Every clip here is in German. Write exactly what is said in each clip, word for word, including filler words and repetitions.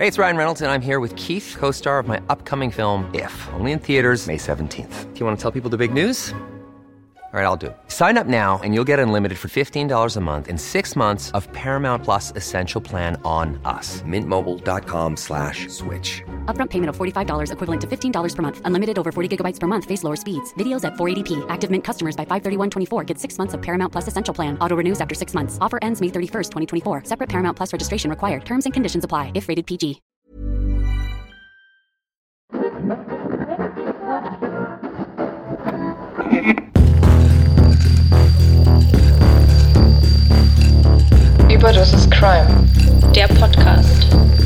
Hey, it's Ryan Reynolds, and I'm here with Keith, co-star of my upcoming film, If, only in theaters May seventeenth. Do you want to tell people the big news? All right, I'll do it. Sign up now and you'll get unlimited for fifteen dollars a month and six months of Paramount Plus Essential Plan on us. Mint Mobile dot com slash switch. Upfront payment of forty-five dollars equivalent to fifteen dollars per month. Unlimited over forty gigabytes per month. Face lower speeds. Videos at four eighty p. Active Mint customers by five thirty-one twenty-four get six months of Paramount Plus Essential Plan. Auto renews after six months. Offer ends May thirty-first, twenty twenty-four. Separate Paramount Plus registration required. Terms and conditions apply if rated P G. Überdosis Crime, der Podcast.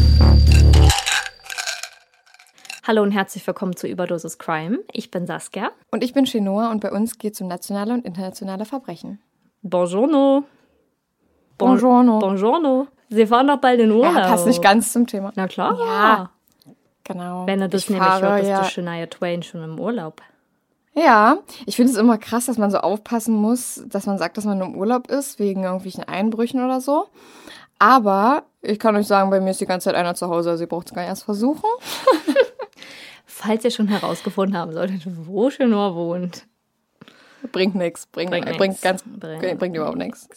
Hallo und herzlich willkommen zu Überdosis Crime. Ich bin Saskia. Und ich bin Chenoa und bei uns geht es um nationale und internationale Verbrechen. Buongiorno. Bon- Buongiorno. Buongiorno. Sie fahren doch bald in Urlaub. Ja, passt nicht ganz zum Thema. Na klar. Ja, genau. Wenn er das ich nämlich fahre, hört, ist ja. die Shania Twain schon im Urlaub. Ja, ich finde es immer krass, dass man so aufpassen muss, dass man sagt, dass man im Urlaub ist, wegen irgendwelchen Einbrüchen oder so. Aber ich kann euch sagen, bei mir ist die ganze Zeit einer zu Hause, also ihr braucht es gar nicht erst versuchen. Falls ihr schon herausgefunden haben solltet, wo Chenoa wohnt. Bringt nichts, bringt, Bringt bringt, nix. ganz, Bringt bringt überhaupt nichts.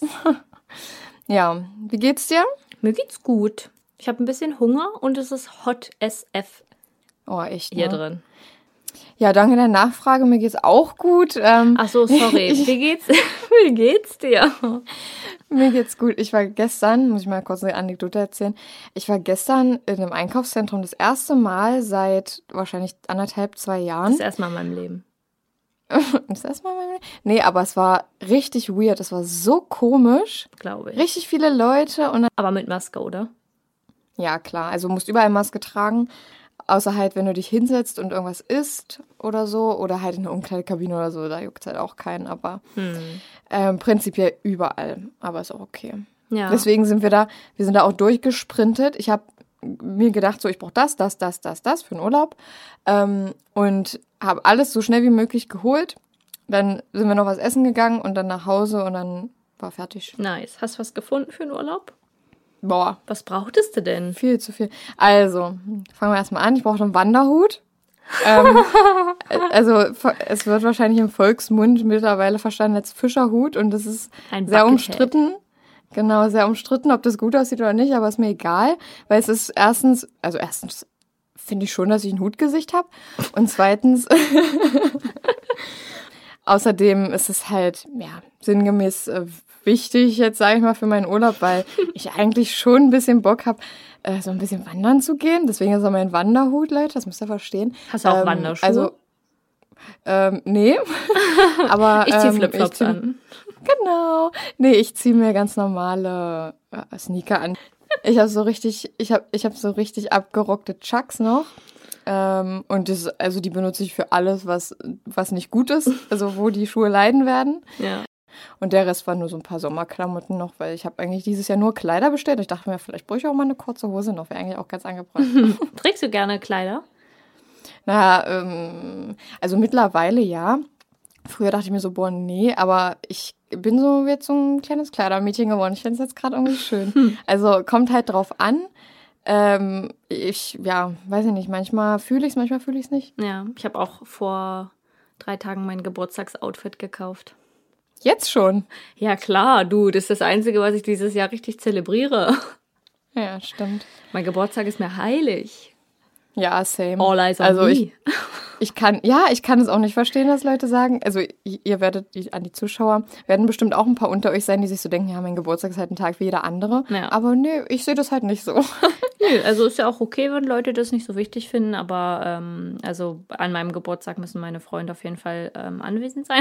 Ja, wie geht's dir? Mir geht's gut. Ich habe ein bisschen Hunger und es ist Hot S F Oh, echt, hier ne? drin. Ja, danke der Nachfrage, mir geht's auch gut. Ähm, Ach so, sorry. Wie geht's, wie geht's dir? Mir geht's gut. Ich war gestern, muss ich mal kurz eine Anekdote erzählen, ich war gestern in einem Einkaufszentrum das erste Mal seit wahrscheinlich anderthalb, zwei Jahren. Das erste Mal in meinem Leben. Das erste Mal in meinem Leben? Nee, aber es war richtig weird. Es war so komisch. Glaube ich. Richtig viele Leute und dann, Aber mit Maske, oder? ja, klar, also du musst überall Maske tragen. Außer halt, wenn du dich hinsetzt und irgendwas isst oder so. Oder halt in der Umkleidekabine oder so. Da juckt halt auch keinen. Aber Hm. ähm, prinzipiell überall. Aber ist auch okay. Ja. Deswegen sind wir da, wir sind da auch durchgesprintet. Ich habe mir gedacht, so ich brauche das, das, das, das, das für den Urlaub. Ähm, und habe alles so schnell wie möglich geholt. Dann sind wir noch was essen gegangen und dann nach Hause und dann war fertig. Nice. Hast du was gefunden für den Urlaub? Boah, Was brauchtest du denn? viel zu viel. Also, fangen wir erstmal an. Ich brauche einen Wanderhut. ähm, also, es wird wahrscheinlich im Volksmund mittlerweile verstanden als Fischerhut und das ist Ein sehr Buckethead. umstritten. Genau, sehr umstritten, ob das gut aussieht oder nicht, aber ist mir egal, weil es ist erstens, also erstens finde ich schon, dass ich ein Hutgesicht habe und zweitens außerdem ist es halt, ja, sinngemäß äh, wichtig, jetzt sage ich mal, für meinen Urlaub, weil ich eigentlich schon ein bisschen Bock habe, äh, so ein bisschen wandern zu gehen. Deswegen ist auch mein Wanderhut, Leute, das müsst ihr verstehen. Hast du auch Ähm, Wanderschuhe? Also, ähm, nee. Aber, Ich zieh ähm, Flipflops ich zieh- an. Genau. Nee, ich ziehe mir ganz normale äh, Sneaker an. Ich habe so richtig, ich habe ich hab so richtig abgerockte Chucks noch. Ähm, und das, also die benutze ich für alles, was, was nicht gut ist, also wo die Schuhe leiden werden. Ja. Und der Rest war nur so ein paar Sommerklamotten noch, weil ich habe eigentlich dieses Jahr nur Kleider bestellt. Ich dachte mir, vielleicht brauche ich auch mal eine kurze Hose noch, wäre eigentlich auch ganz angebracht. Trägst du gerne Kleider? Naja, ähm, also mittlerweile ja. Früher dachte ich mir so, boah, nee, aber ich bin so jetzt so ein kleines Kleidermädchen geworden. Ich finde es jetzt gerade irgendwie schön. Also kommt halt drauf an. Ähm, ich, ja, weiß ich nicht, manchmal fühle ich es, manchmal fühle ich es nicht. Ja, ich habe auch vor drei Tagen mein Geburtstagsoutfit gekauft. Jetzt schon. Ja klar, du, das ist das Einzige, was ich dieses Jahr richtig zelebriere. Ja, stimmt. Mein Geburtstag ist mir heilig. Ja, same. All eyes on also me. ich, ich kann, ja, ich kann es auch nicht verstehen, dass Leute sagen, also ihr werdet, die, an die Zuschauer, werden bestimmt auch ein paar unter euch sein, die sich so denken, ja, mein Geburtstag ist halt ein Tag wie jeder andere. Ja. Aber nee, ich sehe das halt nicht so. Nö, also ist ja auch okay, wenn Leute das nicht so wichtig finden, aber ähm, also an meinem Geburtstag müssen meine Freunde auf jeden Fall ähm, anwesend sein.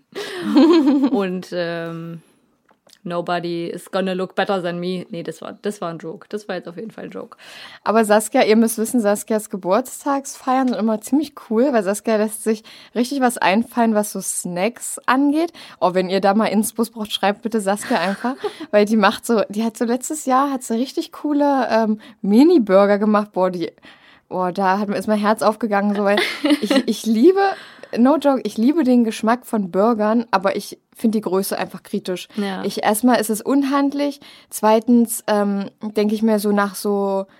Und ähm, nobody is gonna look better than me. Nee, das war, das war ein Joke. Das war jetzt auf jeden Fall ein Joke. Aber Saskia, ihr müsst wissen, Saskias Geburtstagsfeiern sind immer ziemlich cool, weil Saskia lässt sich richtig was einfallen, was so Snacks angeht. Oh, wenn ihr da mal Inspos braucht, schreibt bitte Saskia einfach, weil die macht so, die hat so letztes Jahr, hat sie richtig coole ähm, Mini-Burger gemacht. Boah, die, boah, da hat mir ist mein Herz aufgegangen, so, weil ich, ich liebe, no joke, ich liebe den Geschmack von Burgern, aber ich finde die Größe einfach kritisch. Ja. Ich erstmal ist es unhandlich, zweitens ähm, denke ich mir so nach so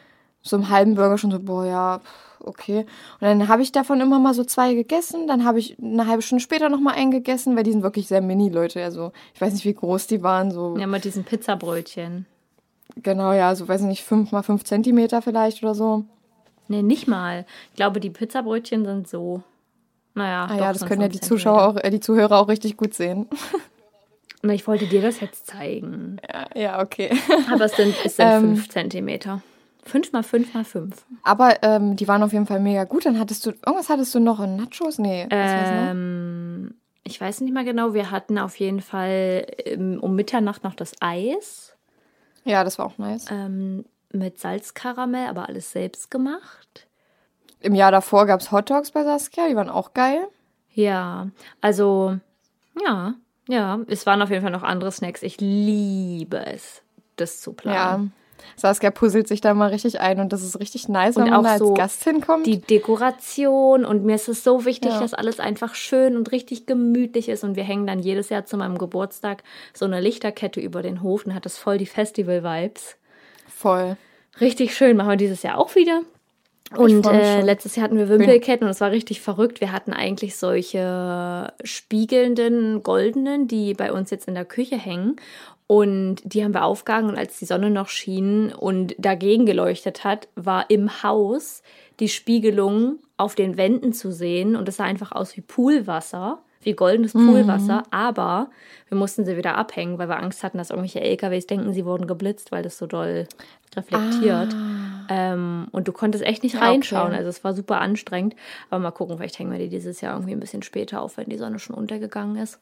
so einem halben Burger schon so, boah, ja, okay. Und dann habe ich davon immer mal so zwei gegessen. Dann habe ich eine halbe Stunde später nochmal einen gegessen, weil die sind wirklich sehr mini, Leute. Also ich weiß nicht, wie groß die waren. So. Ja, mit diesen Pizzabrötchen. Genau, ja, so weiß ich nicht, fünf mal fünf Zentimeter vielleicht oder so. Nee, nicht mal. Ich glaube, die Pizzabrötchen sind so. Naja, ah doch, ja, das sind können ja fünf die Zuschauer auch, äh, die Zuhörer auch richtig gut sehen. Na, ich wollte dir das jetzt zeigen. Ja, ja, okay. Aber es sind, es sind Ähm, fünf Zentimeter. Fünf mal fünf mal fünf. Aber ähm, die waren auf jeden Fall mega gut. Dann hattest du, irgendwas hattest du noch in Nachos? Nee, was war's noch? Ähm, ich weiß nicht mehr genau. Wir hatten auf jeden Fall ähm, um Mitternacht noch das Eis. Ja, das war auch nice. Ähm, mit Salzkaramell, aber alles selbst gemacht. Im Jahr davor gab es Hotdogs bei Saskia, die waren auch geil. Ja, also, ja, ja. Es waren auf jeden Fall noch andere Snacks. Ich liebe es, das zu Ja. planen. Saskia puzzelt sich da mal richtig ein und das ist richtig nice, wenn Und man auch da als so Gast hinkommt. Die Dekoration, und mir ist es so wichtig, Ja. dass alles einfach schön und richtig gemütlich ist, und wir hängen dann jedes Jahr zu meinem Geburtstag so eine Lichterkette über den Hof und hat das voll die Festival-Vibes. Voll. Richtig schön, machen wir dieses Jahr auch wieder. Ich Und freu mich äh, schon. letztes Jahr hatten wir Wimpelketten und es war richtig verrückt. Wir hatten eigentlich solche spiegelnden, goldenen, die bei uns jetzt in der Küche hängen. Und die haben wir aufgehangen, und als die Sonne noch schien und dagegen geleuchtet hat, war im Haus die Spiegelung auf den Wänden zu sehen. Und es sah einfach aus wie Poolwasser, wie goldenes Poolwasser. Aber wir mussten sie wieder abhängen, weil wir Angst hatten, dass irgendwelche L K Ws denken, sie wurden geblitzt, weil das so doll reflektiert. Ähm, und du konntest echt nicht Ja, reinschauen. okay. Also es war super anstrengend. Aber mal gucken, vielleicht hängen wir die dieses Jahr irgendwie ein bisschen später auf, wenn die Sonne schon untergegangen ist.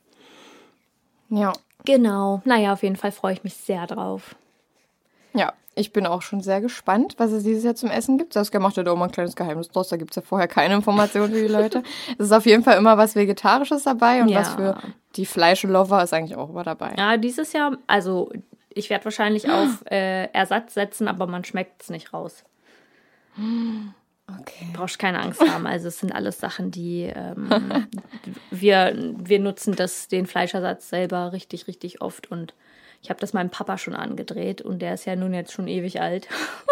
Ja. Genau. Naja, auf jeden Fall freue ich mich sehr drauf. Ja, ich bin auch schon sehr gespannt, was es dieses Jahr zum Essen gibt. Saskia macht ja da auch mal ein kleines Geheimnis draus. Da gibt es ja vorher keine Informationen für die Leute. Es ist auf jeden Fall immer was Vegetarisches dabei und Ja. was für die Fleischlover ist eigentlich auch immer dabei. Ja, dieses Jahr, also ich werde wahrscheinlich auf äh, Ersatz setzen, aber man schmeckt es nicht raus. Okay. Brauchst keine Angst haben. Also es sind alles Sachen, die ähm, wir, wir nutzen das, den Fleischersatz selber richtig, richtig oft. Und ich habe das meinem Papa schon angedreht und der ist ja nun jetzt schon ewig alt.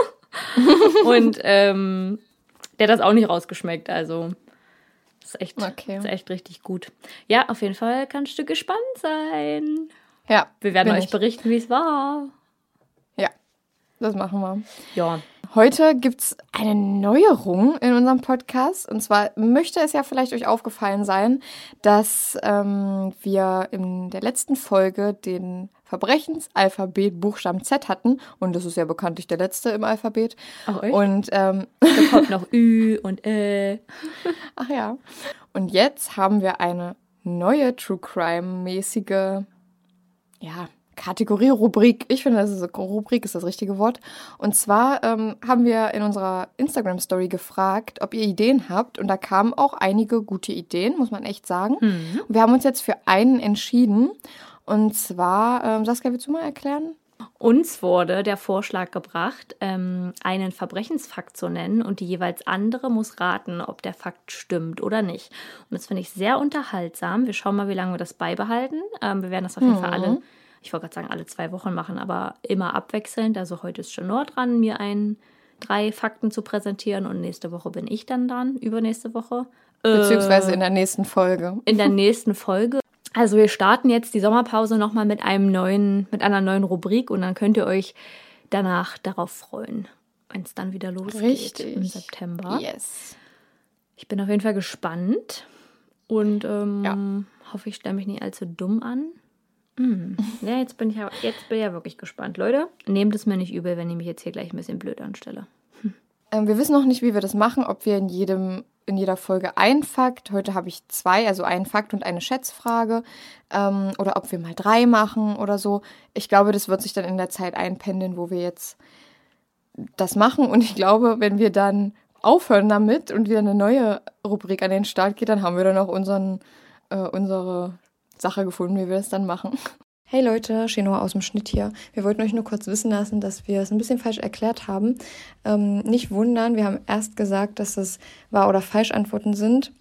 Und ähm, der hat das auch nicht rausgeschmeckt. Also ist echt, Okay. ist echt richtig gut. Ja, auf jeden Fall kannst du gespannt sein. Ja, Wir werden bin euch ich. berichten, wie es war. Ja, das machen wir. Ja. Heute gibt's eine Neuerung in unserem Podcast. Und zwar möchte es ja vielleicht euch aufgefallen sein, dass ähm, wir in der letzten Folge den Verbrechensalphabet Buchstaben Z hatten. Und das ist ja bekanntlich der letzte im Alphabet. Ach, echt? Und ähm, Da kommt noch Ü und Ä. ach ja. Und jetzt haben wir eine neue True Crime-mäßige, ja, Kategorie, Rubrik. Ich finde, das ist eine Rubrik, ist das richtige Wort. Und zwar ähm, haben wir in unserer Instagram-Story gefragt, ob ihr Ideen habt. Und da kamen auch einige gute Ideen, muss man echt sagen. Und wir haben uns jetzt für einen entschieden. Und zwar, ähm, Saskia, willst du mal erklären? Uns wurde der Vorschlag gebracht, ähm, einen Verbrechensfakt zu nennen, und die jeweils andere muss raten, ob der Fakt stimmt oder nicht. Und das finde ich sehr unterhaltsam. Wir schauen mal, wie lange wir das beibehalten. Ähm, wir werden das auf jeden Fall alle, ich wollte gerade sagen, alle zwei Wochen machen, aber immer abwechselnd. Also heute ist Janor dran, mir ein, drei Fakten zu präsentieren, und nächste Woche bin ich dann dran, übernächste Woche. Beziehungsweise in der nächsten Folge. In der nächsten Folge. Also wir starten jetzt die Sommerpause nochmal mit einem neuen, mit einer neuen Rubrik, und dann könnt ihr euch danach darauf freuen, wenn es dann wieder losgeht Richtig. im September. Yes. Ich bin auf jeden Fall gespannt und ähm, Ja. hoffe, ich stelle mich nicht allzu dumm an. Hm. Ja, jetzt bin ich ja, jetzt bin ich ja wirklich gespannt. Leute, nehmt es mir nicht übel, wenn ich mich jetzt hier gleich ein bisschen blöd anstelle. Ähm, wir wissen noch nicht, wie wir das machen, ob wir in jedem, in jeder Folge einen Fakt, heute habe ich zwei, also einen Fakt und eine Schätzfrage, ähm, oder ob wir mal drei machen oder so. Ich glaube, das wird sich dann in der Zeit einpendeln, wo wir jetzt das machen. Und ich glaube, wenn wir dann aufhören damit und wieder eine neue Rubrik an den Start geht, dann haben wir dann auch unseren, äh, unsere Sache gefunden, wie wir das dann machen. Hey Leute, Chenoa aus dem Schnitt hier. Wir wollten euch nur kurz wissen lassen, dass wir es ein bisschen falsch erklärt haben. Ähm, nicht wundern, wir haben erst gesagt, dass es Wahr- oder Falsch-Antworten sind.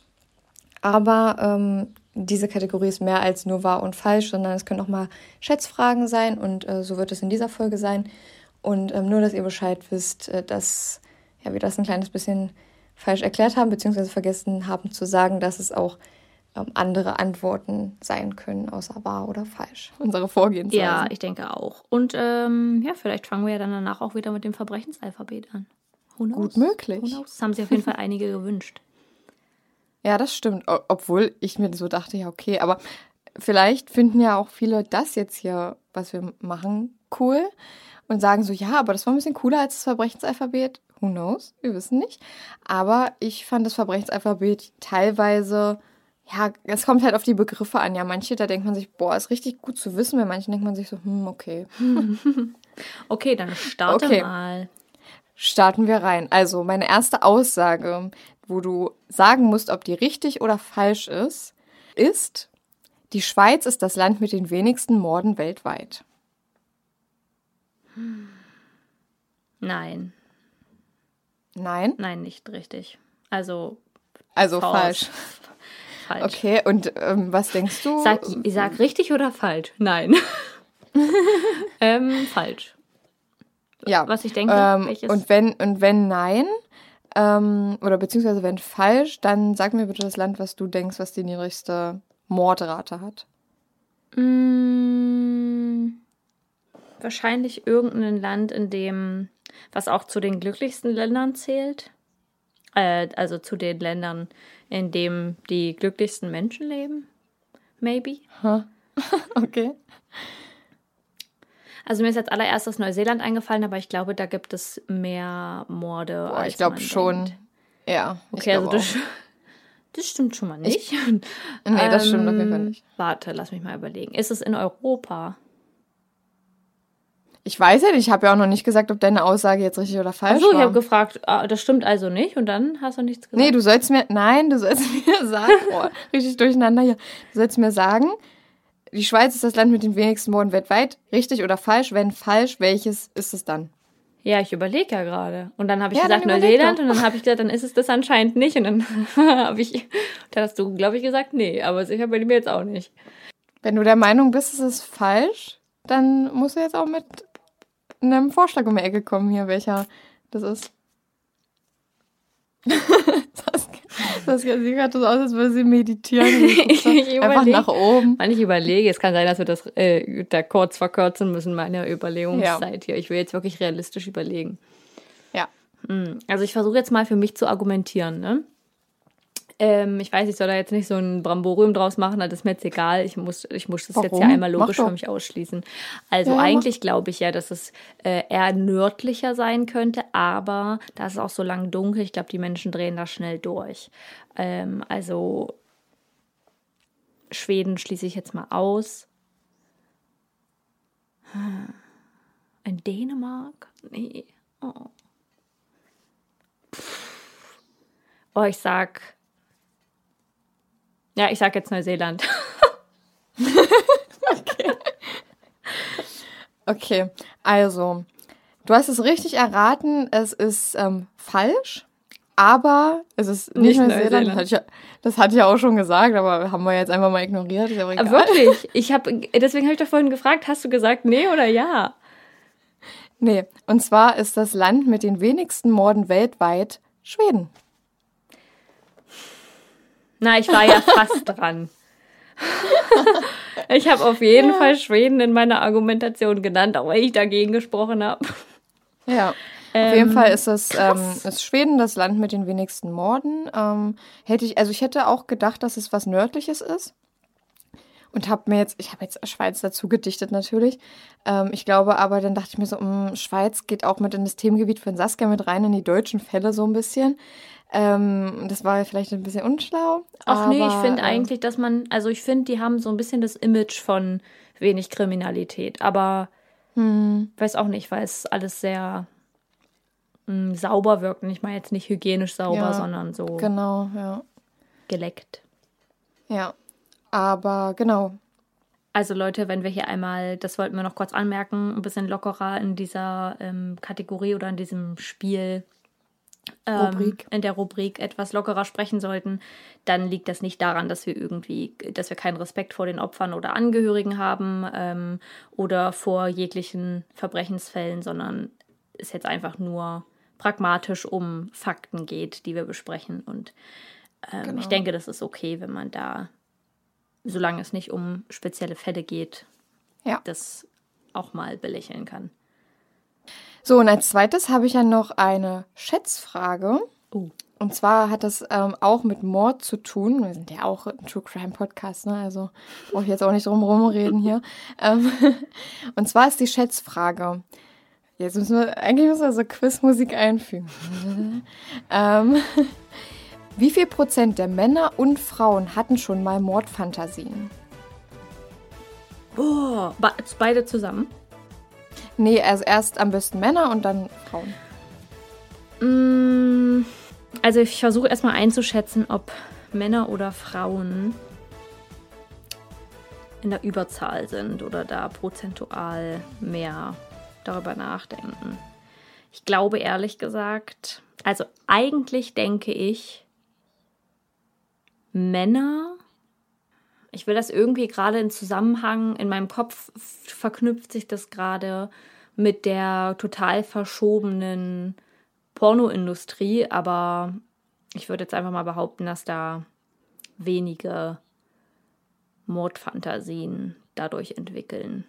Aber ähm, diese Kategorie ist mehr als nur wahr und falsch, sondern es können auch mal Schätzfragen sein, und äh, so wird es in dieser Folge sein. Und ähm, nur, dass ihr Bescheid wisst, äh, dass ja, wir das ein kleines bisschen falsch erklärt haben, beziehungsweise vergessen haben zu sagen, dass es auch ähm, andere Antworten sein können, außer wahr oder falsch. Unsere Vorgehensweise. Ja, ich denke auch. Und ähm, ja, vielleicht fangen wir ja dann danach auch wieder mit dem Verbrechensalphabet an. Who knows? Gut möglich. Who knows? Das haben sich auf jeden Fall einige gewünscht. Ja, das stimmt. O- obwohl ich mir so dachte, ja, okay, aber vielleicht finden ja auch viele das jetzt hier, was wir machen, cool und sagen so, ja, aber das war ein bisschen cooler als das Verbrechensalphabet. Who knows? Wir wissen nicht. Aber ich fand das Verbrechensalphabet teilweise, ja, es kommt halt auf die Begriffe an. Ja, manche, da denkt man sich, boah, ist richtig gut zu wissen. Bei manchen denkt man sich so, hm, okay. Okay, dann starte Okay. mal. Starten wir rein. Also, meine erste Aussage, wo du sagen musst, ob die richtig oder falsch ist, ist, die Schweiz ist das Land mit den wenigsten Morden weltweit. Nein, Nein? nein, nicht richtig. Also Also falsch. falsch. falsch. Okay, und ähm, was denkst du? Sag, ich sag richtig oder falsch? Nein. ähm, falsch. ja. Was ich denke, ähm, welches? und wenn und wenn nein, ähm, oder beziehungsweise wenn falsch, dann sag mir bitte das Land, was du denkst, was die niedrigste Mordrate hat. Mm, wahrscheinlich irgendein Land, in dem, was auch zu den glücklichsten Ländern zählt. Äh, also zu den Ländern, in dem die glücklichsten Menschen leben. Maybe. Okay. Also mir ist als allererstes Neuseeland eingefallen, aber ich glaube, da gibt es mehr Morde. Boah, als ich glaube man schon. denkt. Ja. Ich Okay, also glaube das, das stimmt schon mal nicht. Nee, das stimmt auf jeden Fall Ähm, nicht. Warte, lass mich mal überlegen. Ist es in Europa? Ich weiß ja nicht, ich habe ja auch noch nicht gesagt, ob deine Aussage jetzt richtig oder falsch Achso, ich war. habe gefragt, ah, das stimmt also nicht und dann hast du nichts gesagt. Nee, du sollst mir, nein, du sollst mir sagen, boah, richtig durcheinander hier. Du sollst mir sagen, die Schweiz ist das Land mit den wenigsten Morden weltweit. Richtig oder falsch? Wenn falsch, welches ist es dann? Ja, ich überlege ja gerade. Und dann habe ich Ja, gesagt dann überleg Neuseeland doch. und dann habe ich gesagt, dann ist es das anscheinend nicht. Und dann habe ich, dann hast du, glaube ich, gesagt, nee, aber sicher bin ich mir jetzt auch nicht. Wenn du der Meinung bist, es ist falsch, dann musst du jetzt auch mit einem Vorschlag um die Ecke kommen hier, welcher das ist. Saskia, Saskia sieht gerade so aus, als würde sie meditieren. Ich Einfach überleg- nach oben. Mann, ich überlege, es kann sein, dass wir das äh, da kurz verkürzen müssen, meine Überlegungszeit hier. Ich will jetzt wirklich realistisch überlegen. Ja. Hm, Also ich versuche jetzt mal für mich zu argumentieren, ne? Ähm, ich weiß, ich soll da jetzt nicht so ein Bramborium draus machen, das ist mir jetzt egal. Ich muss, ich muss das jetzt Warum? ja einmal Mach logisch doch. für mich ausschließen. Also Ja, mach. eigentlich glaube ich ja, dass es äh, eher nördlicher sein könnte, aber da ist es auch so lang dunkel. Ich glaube, die Menschen drehen da schnell durch. Ähm, also Schweden schließe ich jetzt mal aus. Hm. In Dänemark? Nee. Oh. Pff. Oh, ich sag... Ja, ich sag jetzt Neuseeland. Okay, also, du hast es richtig erraten, es ist ähm, falsch, aber es ist nicht, Nicht Neuseeland. Neuseeland. Das hatte, ich ja, das hatte ich ja auch schon gesagt, aber haben wir jetzt einfach mal ignoriert, ist ja auch egal. Aber wirklich, ich habe deswegen habe ich doch vorhin gefragt, hast du gesagt nee oder ja? Nee, und zwar ist das Land mit den wenigsten Morden weltweit Schweden. Na, ich war ja fast dran. Ich habe auf jeden Fall Schweden in meiner Argumentation genannt, auch wenn ich dagegen gesprochen habe. Ja, auf Ähm, jeden Fall ist es ähm, ist Schweden das Land mit den wenigsten Morden. Ähm, hätte ich, also ich hätte auch gedacht, dass es was Nördliches ist. Und habe mir jetzt, ich habe jetzt Schweiz dazu gedichtet natürlich. Ähm, ich glaube aber, dann dachte ich mir so, mh, Schweiz geht auch mit in das Themengebiet von Saskia mit rein, in die deutschen Fälle so ein bisschen. Ähm, das war vielleicht ein bisschen unschlau. Ach nee, ich aber, finde äh, eigentlich, dass man, also ich finde, die haben so ein bisschen das Image von wenig Kriminalität, aber Hm. weiß auch nicht, weil es alles sehr mh, sauber wirkt. Und ich meine jetzt nicht hygienisch sauber, Ja, sondern so Genau, ja. geleckt. Ja, aber genau. Also Leute, wenn wir hier einmal, das wollten wir noch kurz anmerken, ein bisschen lockerer in dieser ähm, Kategorie oder in diesem Spiel, ähm, Rubrik. in der Rubrik etwas lockerer sprechen sollten, dann liegt das nicht daran, dass wir irgendwie, dass wir keinen Respekt vor den Opfern oder Angehörigen haben ähm, oder vor jeglichen Verbrechensfällen, sondern ist jetzt einfach nur pragmatisch um Fakten geht, die wir besprechen. Und ähm, Genau. ich denke, das ist okay, wenn man da, solange es nicht um spezielle Fälle geht, Ja. das auch mal belächeln kann. So, und als zweites habe ich ja noch eine Schätzfrage. Oh. Und zwar hat das ähm, auch mit Mord zu tun. Wir sind ja auch ein True Crime Podcast, ne? Also brauche ich jetzt auch nicht drum rumreden hier. ähm, und zwar ist die Schätzfrage. Jetzt müssen wir, eigentlich müssen wir so Quizmusik einfügen. ähm, wie viel Prozent der Männer und Frauen hatten schon mal Mordfantasien? Boah, be- beide zusammen. Nee, also erst am besten Männer und dann Frauen. Mm, Also ich versuche erstmal einzuschätzen, ob Männer oder Frauen in der Überzahl sind oder da prozentual mehr darüber nachdenken. Ich glaube ehrlich gesagt, also eigentlich denke ich, Männer, ich will das irgendwie gerade in Zusammenhang, in meinem Kopf verknüpft sich das gerade mit der total verschobenen Pornoindustrie, aber ich würde jetzt einfach mal behaupten, dass da wenige Mordfantasien dadurch entwickeln.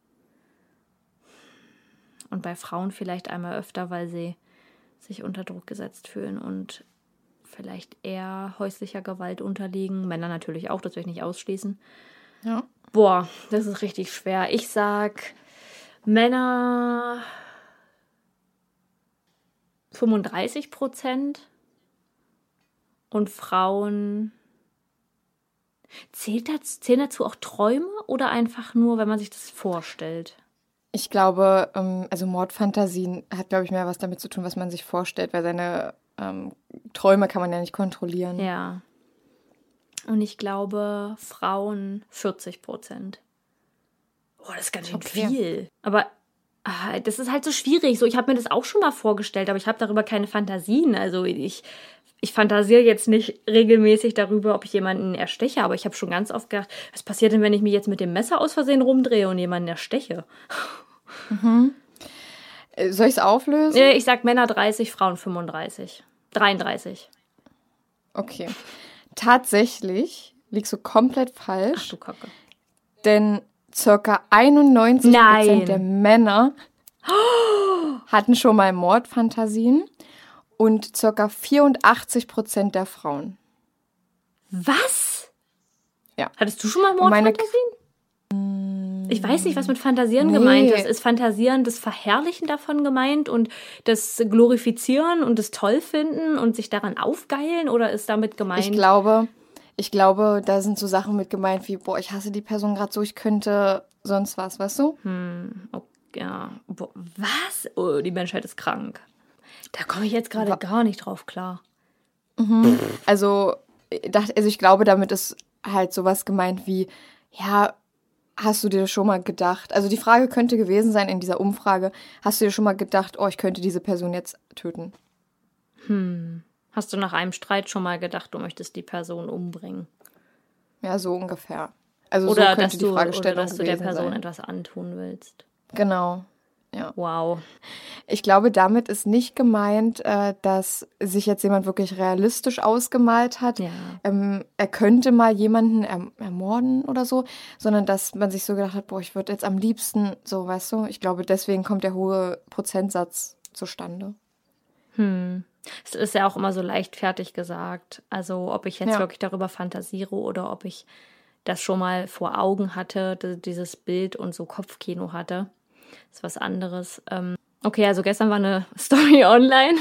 Und bei Frauen vielleicht einmal öfter, weil sie sich unter Druck gesetzt fühlen und vielleicht eher häuslicher Gewalt unterliegen. Männer natürlich auch, das will ich nicht ausschließen. Ja. Boah, das ist richtig schwer. Ich sag Männer fünfunddreißig Prozent und Frauen. Zählt dazu, zählen dazu auch Träume oder einfach nur, wenn man sich das vorstellt? Ich glaube, ähm, also Mordfantasien hat, glaube ich, mehr was damit zu tun, was man sich vorstellt, weil seine ähm, Träume kann man ja nicht kontrollieren. Ja. Und ich glaube, Frauen vierzig Prozent. Oh, das ist ganz schön Okay. viel. Aber ah, das ist halt so schwierig. So, ich habe mir das auch schon mal vorgestellt, aber ich habe darüber keine Fantasien. Also ich, ich fantasiere jetzt nicht regelmäßig darüber, ob ich jemanden ersteche, aber ich habe schon ganz oft gedacht, was passiert denn, wenn ich mich jetzt mit dem Messer aus Versehen rumdrehe und jemanden ersteche? Äh, Soll ich es auflösen? Nee, ich sag Männer dreißig, Frauen fünfunddreißig. dreiunddreißig. Okay. Tatsächlich liegst du komplett Ach falsch, du Kacke. denn circa einundneunzig Nein. Prozent der Männer hatten schon mal Mordfantasien und circa vierundachtzig Prozent der Frauen. Was? Ja. Hattest du schon mal Und meine- Mordfantasien? Ich weiß nicht, was mit Fantasieren Nee. gemeint ist. Ist Fantasieren das Verherrlichen davon gemeint und das Glorifizieren und das Tollfinden und sich daran aufgeilen? Oder ist damit gemeint... Ich glaube, ich glaube, da sind so Sachen mit gemeint wie, boah, ich hasse die Person gerade so, ich könnte sonst was, weißt du? Oh, ja. Boah, was? Oh, die Menschheit ist krank. Da komme ich jetzt gerade gar nicht drauf klar. Also, ich dachte, also ich glaube, damit ist halt sowas gemeint wie, ja, hast du dir schon mal gedacht, also die Frage könnte gewesen sein in dieser Umfrage, hast du dir schon mal gedacht, oh, ich könnte diese Person jetzt töten? Hast du nach einem Streit schon mal gedacht, du möchtest die Person umbringen? Ja, so ungefähr. Also Oder, so könnte dass die du, oder Fragestellung dass du der gewesen Person sein. etwas antun willst. Genau. Wow. Ich glaube, damit ist nicht gemeint, äh, dass sich jetzt jemand wirklich realistisch ausgemalt hat. Ja. Ähm, er könnte mal jemanden erm- ermorden oder so, sondern dass man sich so gedacht hat, boah, ich würde jetzt am liebsten, so, weißt du, ich glaube, deswegen kommt der hohe Prozentsatz zustande. Es ist ja auch immer so leichtfertig gesagt. Also ob ich jetzt Ja. wirklich darüber fantasiere oder ob ich das schon mal vor Augen hatte, d- dieses Bild und so Kopfkino hatte. Das ist was anderes. Ähm, okay, also gestern war eine Story online.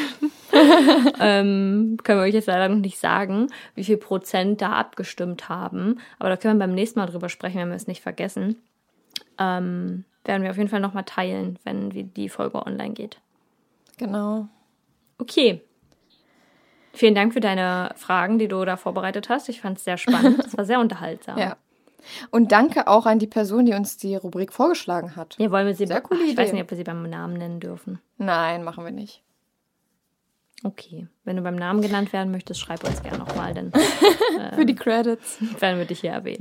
ähm, können wir euch jetzt leider noch nicht sagen, wie viel Prozent da abgestimmt haben. Aber da können wir beim nächsten Mal drüber sprechen, wenn wir es nicht vergessen. Ähm, werden wir auf jeden Fall nochmal teilen, wenn wie die Folge online geht. Genau. Okay. Vielen Dank für deine Fragen, die du da vorbereitet hast. Ich fand es sehr spannend. Es war sehr unterhaltsam. Ja. Und danke auch an die Person, die uns die Rubrik vorgeschlagen hat. Ja, wollen wir sie Sehr coole Ach, ich weiß Idee. nicht, ob wir sie beim Namen nennen dürfen. Nein, machen wir nicht. Okay. Wenn du beim Namen genannt werden möchtest, schreib uns gerne nochmal, dann Für die Credits. werden wir dich hier erwähnen.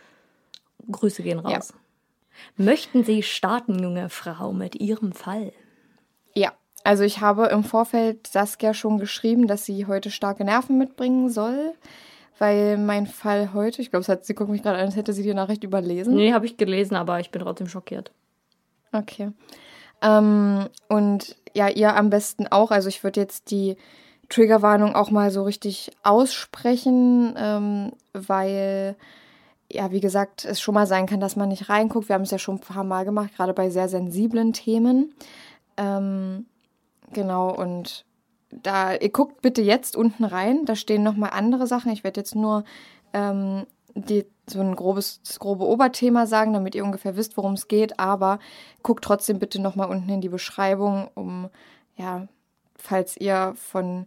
Grüße gehen raus. Möchten Sie starten, junge Frau, mit Ihrem Fall? Ja, also ich habe im Vorfeld Saskia schon geschrieben, dass sie heute starke Nerven mitbringen soll, weil mein Fall heute, ich glaube, sie guckt mich gerade an, als hätte sie die Nachricht überlesen. Nee, habe ich gelesen, aber ich bin trotzdem schockiert. Okay. Ähm, und ja, ihr am besten auch. Also ich würde jetzt die Triggerwarnung auch mal so richtig aussprechen, ähm, weil, ja, wie gesagt, es schon mal sein kann, dass man nicht reinguckt. Wir haben es ja schon ein paar Mal gemacht, gerade bei sehr sensiblen Themen. Ähm, genau, und da, ihr guckt bitte jetzt unten rein, da stehen nochmal andere Sachen. Ich werde jetzt nur ähm, die, so ein grobes, das grobe Oberthema sagen, damit ihr ungefähr wisst, worum es geht, aber guckt trotzdem bitte nochmal unten in die Beschreibung, um, ja, falls ihr von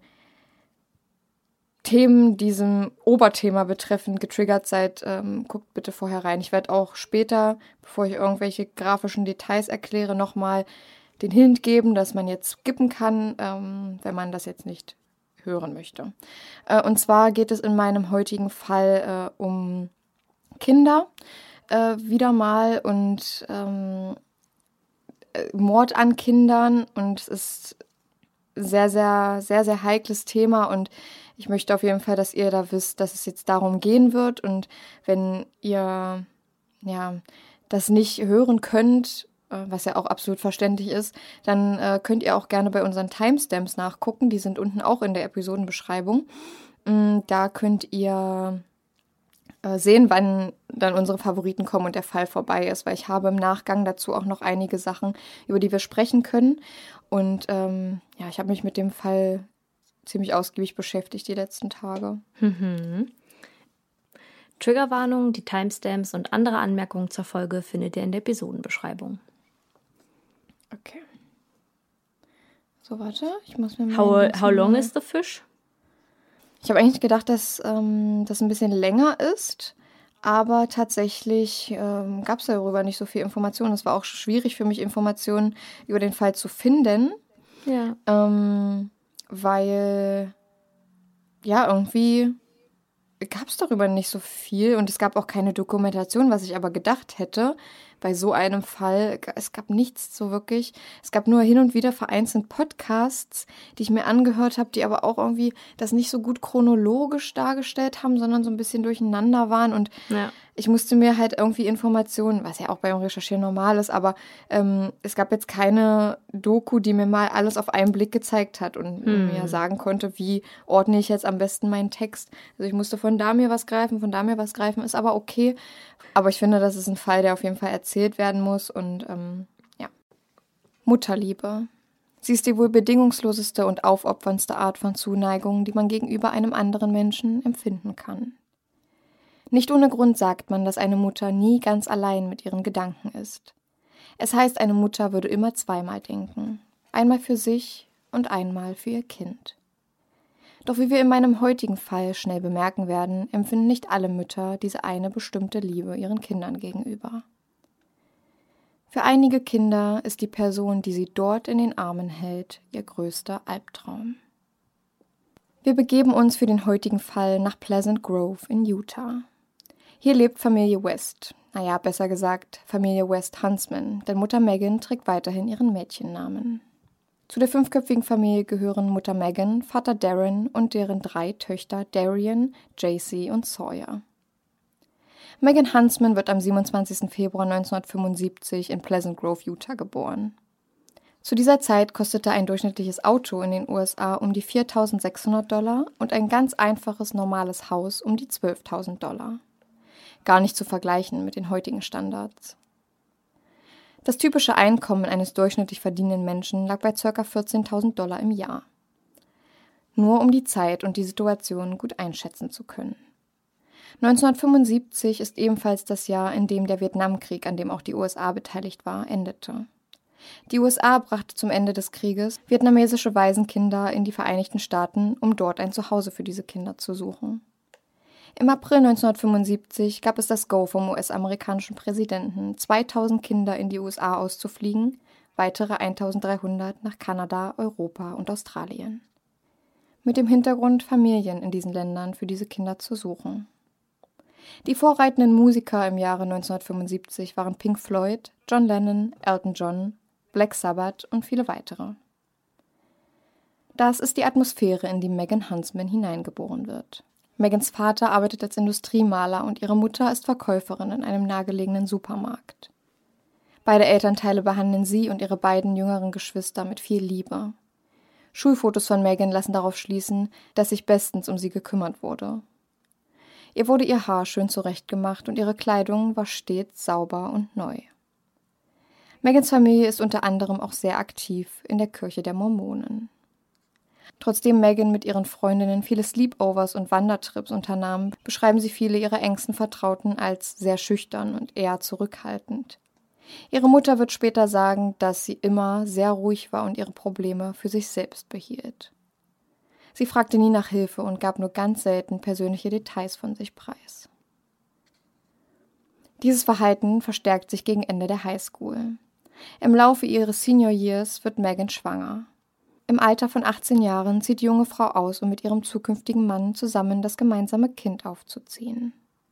Themen diesem Oberthema betreffend getriggert seid, ähm, guckt bitte vorher rein. Ich werde auch später, bevor ich irgendwelche grafischen Details erkläre, nochmal den Hint geben, dass man jetzt skippen kann, ähm, wenn man das jetzt nicht hören möchte. Äh, und zwar geht es in meinem heutigen Fall äh, um Kinder äh, wieder mal und ähm, äh, Mord an Kindern, und es ist sehr, sehr, sehr, sehr heikles Thema, und ich möchte auf jeden Fall, dass ihr da wisst, dass es jetzt darum gehen wird, und wenn ihr ja das nicht hören könnt, was ja auch absolut verständlich ist, dann äh, könnt ihr auch gerne bei unseren Timestamps nachgucken. Die sind unten auch in der Episodenbeschreibung. Mm, da könnt ihr äh, sehen, wann dann unsere Favoriten kommen und der Fall vorbei ist, weil ich habe im Nachgang dazu auch noch einige Sachen, über die wir sprechen können. Und ähm, ja, ich habe mich mit dem Fall ziemlich ausgiebig beschäftigt die letzten Tage. Mhm. Triggerwarnung, die Timestamps und andere Anmerkungen zur Folge findet ihr in der Episodenbeschreibung. Okay. So, warte, ich muss mir mal... How, how long is the fish? Ich habe eigentlich gedacht, dass ähm, das ein bisschen länger ist, aber tatsächlich ähm, gab es darüber nicht so viel Informationen. Es war auch schwierig für mich, Informationen über den Fall zu finden. Ja. Ähm, weil, ja, irgendwie gab es darüber nicht so viel, und es gab auch keine Dokumentation, was ich aber gedacht hätte. Bei so einem Fall, es gab nichts so wirklich. Es gab nur hin und wieder vereinzelt Podcasts, die ich mir angehört habe, die aber auch irgendwie das nicht so gut chronologisch dargestellt haben, sondern so ein bisschen durcheinander waren. Und Ja. ich musste mir halt irgendwie Informationen, was ja auch beim Recherchieren normal ist, aber ähm, es gab jetzt keine Doku, die mir mal alles auf einen Blick gezeigt hat und Hm. mir sagen konnte, wie ordne ich jetzt am besten meinen Text. Also ich musste von da mir was greifen, von da mir was greifen, ist aber okay. Aber ich finde, das ist ein Fall, der auf jeden Fall erzählt werden muss, und ähm, ja. Mutterliebe. Sie ist die wohl bedingungsloseste und aufopferndste Art von Zuneigung, die man gegenüber einem anderen Menschen empfinden kann. Nicht ohne Grund sagt man, dass eine Mutter nie ganz allein mit ihren Gedanken ist. Es heißt, eine Mutter würde immer zweimal denken. Einmal für sich und einmal für ihr Kind. Doch wie wir in meinem heutigen Fall schnell bemerken werden, empfinden nicht alle Mütter diese eine bestimmte Liebe ihren Kindern gegenüber. Für einige Kinder ist die Person, die sie dort in den Armen hält, ihr größter Albtraum. Wir begeben uns für den heutigen Fall nach Pleasant Grove in Utah. Hier lebt Familie West, naja, besser gesagt Familie West Huntsman, denn Mutter Megan trägt weiterhin ihren Mädchennamen. Zu der fünfköpfigen Familie gehören Mutter Megan, Vater Darren und deren drei Töchter Darian, J C und Sawyer. Megan Huntsman wird am siebenundzwanzigsten Februar neunzehnhundertfünfundsiebzig in Pleasant Grove, Utah geboren. Zu dieser Zeit kostete ein durchschnittliches Auto in den U S A um die viertausendsechshundert Dollar und ein ganz einfaches, normales Haus um die zwölftausend Dollar. Gar nicht zu vergleichen mit den heutigen Standards. Das typische Einkommen eines durchschnittlich verdienenden Menschen lag bei ca. vierzehntausend Dollar im Jahr. Nur um die Zeit und die Situation gut einschätzen zu können. neunzehnhundertfünfundsiebzig ist ebenfalls das Jahr, in dem der Vietnamkrieg, an dem auch die U S A beteiligt war, endete. Die U S A brachte zum Ende des Krieges vietnamesische Waisenkinder in die Vereinigten Staaten, um dort ein Zuhause für diese Kinder zu suchen. Im April neunzehnhundertfünfundsiebzig gab es das Go vom U S-amerikanischen Präsidenten, zweitausend Kinder in die U S A auszufliegen, weitere eintausenddreihundert nach Kanada, Europa und Australien. Mit dem Hintergrund, Familien in diesen Ländern für diese Kinder zu suchen. Die vorreitenden Musiker im Jahre neunzehnhundertfünfundsiebzig waren Pink Floyd, John Lennon, Elton John, Black Sabbath und viele weitere. Das ist die Atmosphäre, in die Megan Huntsman hineingeboren wird. Megans Vater arbeitet als Industriemaler und ihre Mutter ist Verkäuferin in einem nahegelegenen Supermarkt. Beide Elternteile behandeln sie und ihre beiden jüngeren Geschwister mit viel Liebe. Schulfotos von Megan lassen darauf schließen, dass sich bestens um sie gekümmert wurde. Ihr wurde ihr Haar schön zurechtgemacht und ihre Kleidung war stets sauber und neu. Megans Familie ist unter anderem auch sehr aktiv in der Kirche der Mormonen. Trotzdem Megan mit ihren Freundinnen viele Sleepovers und Wandertrips unternahm, beschreiben sie viele ihrer engsten Vertrauten als sehr schüchtern und eher zurückhaltend. Ihre Mutter wird später sagen, dass sie immer sehr ruhig war und ihre Probleme für sich selbst behielt. Sie fragte nie nach Hilfe und gab nur ganz selten persönliche Details von sich preis. Dieses Verhalten verstärkt sich gegen Ende der Highschool. Im Laufe ihres Senior Years wird Megan schwanger. Im Alter von achtzehn Jahren zieht die junge Frau aus, um mit ihrem zukünftigen Mann zusammen das gemeinsame Kind aufzuziehen.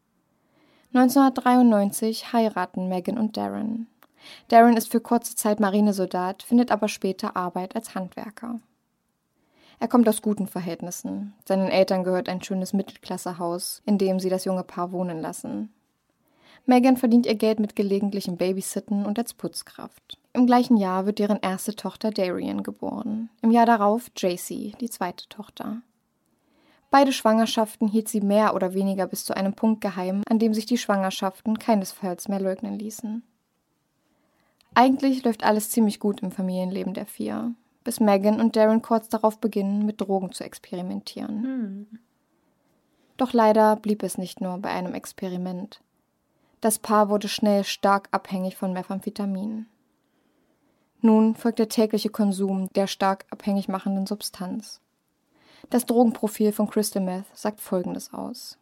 neunzehnhundertdreiundneunzig heiraten Megan und Darren. Darren ist für kurze Zeit Marinesoldat, findet aber später Arbeit als Handwerker. Er kommt aus guten Verhältnissen. Seinen Eltern gehört ein schönes Mittelklassehaus, in dem sie das junge Paar wohnen lassen. Megan verdient ihr Geld mit gelegentlichem Babysitten und als Putzkraft. Im gleichen Jahr wird deren erste Tochter Darian geboren. Im Jahr darauf Jaycee, die zweite Tochter. Beide Schwangerschaften hielt sie mehr oder weniger bis zu einem Punkt geheim, an dem sich die Schwangerschaften keinesfalls mehr leugnen ließen. Eigentlich läuft alles ziemlich gut im Familienleben der vier, bis Megan und Darren kurz darauf beginnen, mit Drogen zu experimentieren. Hm. Doch leider blieb es nicht nur bei einem Experiment. Das Paar wurde schnell stark abhängig von Methamphetamin. Nun folgt der tägliche Konsum der stark abhängig machenden Substanz. Das Drogenprofil von Crystal Meth sagt Folgendes aus.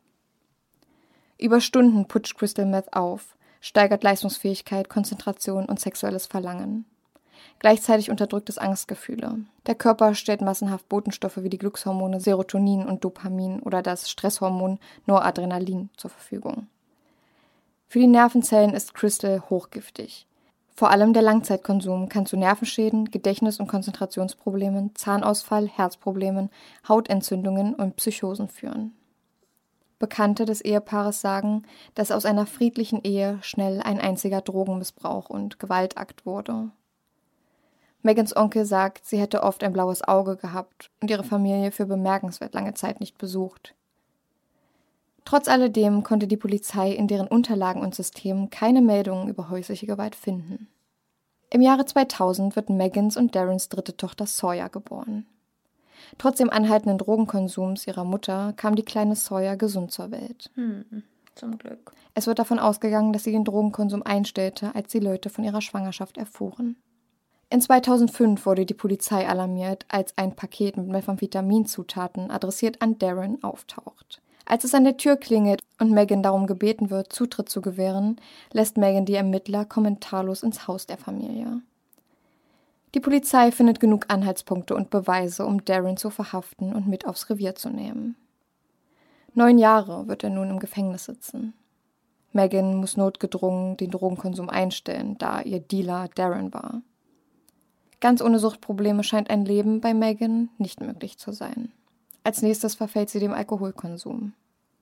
Über Stunden putscht Crystal Meth auf, steigert Leistungsfähigkeit, Konzentration und sexuelles Verlangen. Gleichzeitig unterdrückt es Angstgefühle. Der Körper stellt massenhaft Botenstoffe wie die Glückshormone Serotonin und Dopamin oder das Stresshormon Noradrenalin zur Verfügung. Für die Nervenzellen ist Crystal hochgiftig. Vor allem der Langzeitkonsum kann zu Nervenschäden, Gedächtnis- und Konzentrationsproblemen, Zahnausfall, Herzproblemen, Hautentzündungen und Psychosen führen. Bekannte des Ehepaares sagen, dass aus einer friedlichen Ehe schnell ein einziger Drogenmissbrauch und Gewaltakt wurde. Megans Onkel sagt, sie hätte oft ein blaues Auge gehabt und ihre Familie für bemerkenswert lange Zeit nicht besucht. Trotz alledem konnte die Polizei in deren Unterlagen und Systemen keine Meldungen über häusliche Gewalt finden. Im Jahre zweitausend wird Megans und Darrens dritte Tochter Sawyer geboren. Trotz dem anhaltenden Drogenkonsums ihrer Mutter kam die kleine Sawyer gesund zur Welt. Hm, zum Glück. Es wird davon ausgegangen, dass sie den Drogenkonsum einstellte, als die Leute von ihrer Schwangerschaft erfuhren. In zweitausendfünf wurde die Polizei alarmiert, als ein Paket mit Methamphetaminzutaten adressiert an Darren auftaucht. Als es an der Tür klingelt und Megan darum gebeten wird, Zutritt zu gewähren, lässt Megan die Ermittler kommentarlos ins Haus der Familie. Die Polizei findet genug Anhaltspunkte und Beweise, um Darren zu verhaften und mit aufs Revier zu nehmen. Neun Jahre wird er nun im Gefängnis sitzen. Megan muss notgedrungen den Drogenkonsum einstellen, da ihr Dealer Darren war. Ganz ohne Suchtprobleme scheint ein Leben bei Megan nicht möglich zu sein. Als nächstes verfällt sie dem Alkoholkonsum.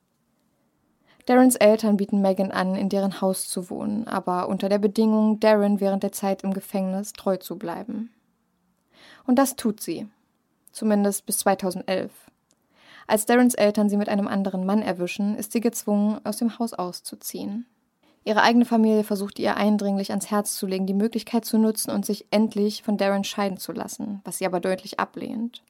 Darrens Eltern bieten Megan an, in deren Haus zu wohnen, aber unter der Bedingung, Darren während der Zeit im Gefängnis treu zu bleiben. Und das tut sie. Zumindest bis zweitausendelf. Als Darrens Eltern sie mit einem anderen Mann erwischen, ist sie gezwungen, aus dem Haus auszuziehen. Ihre eigene Familie versucht ihr eindringlich ans Herz zu legen, die Möglichkeit zu nutzen und sich endlich von Darren scheiden zu lassen, was sie aber deutlich ablehnt.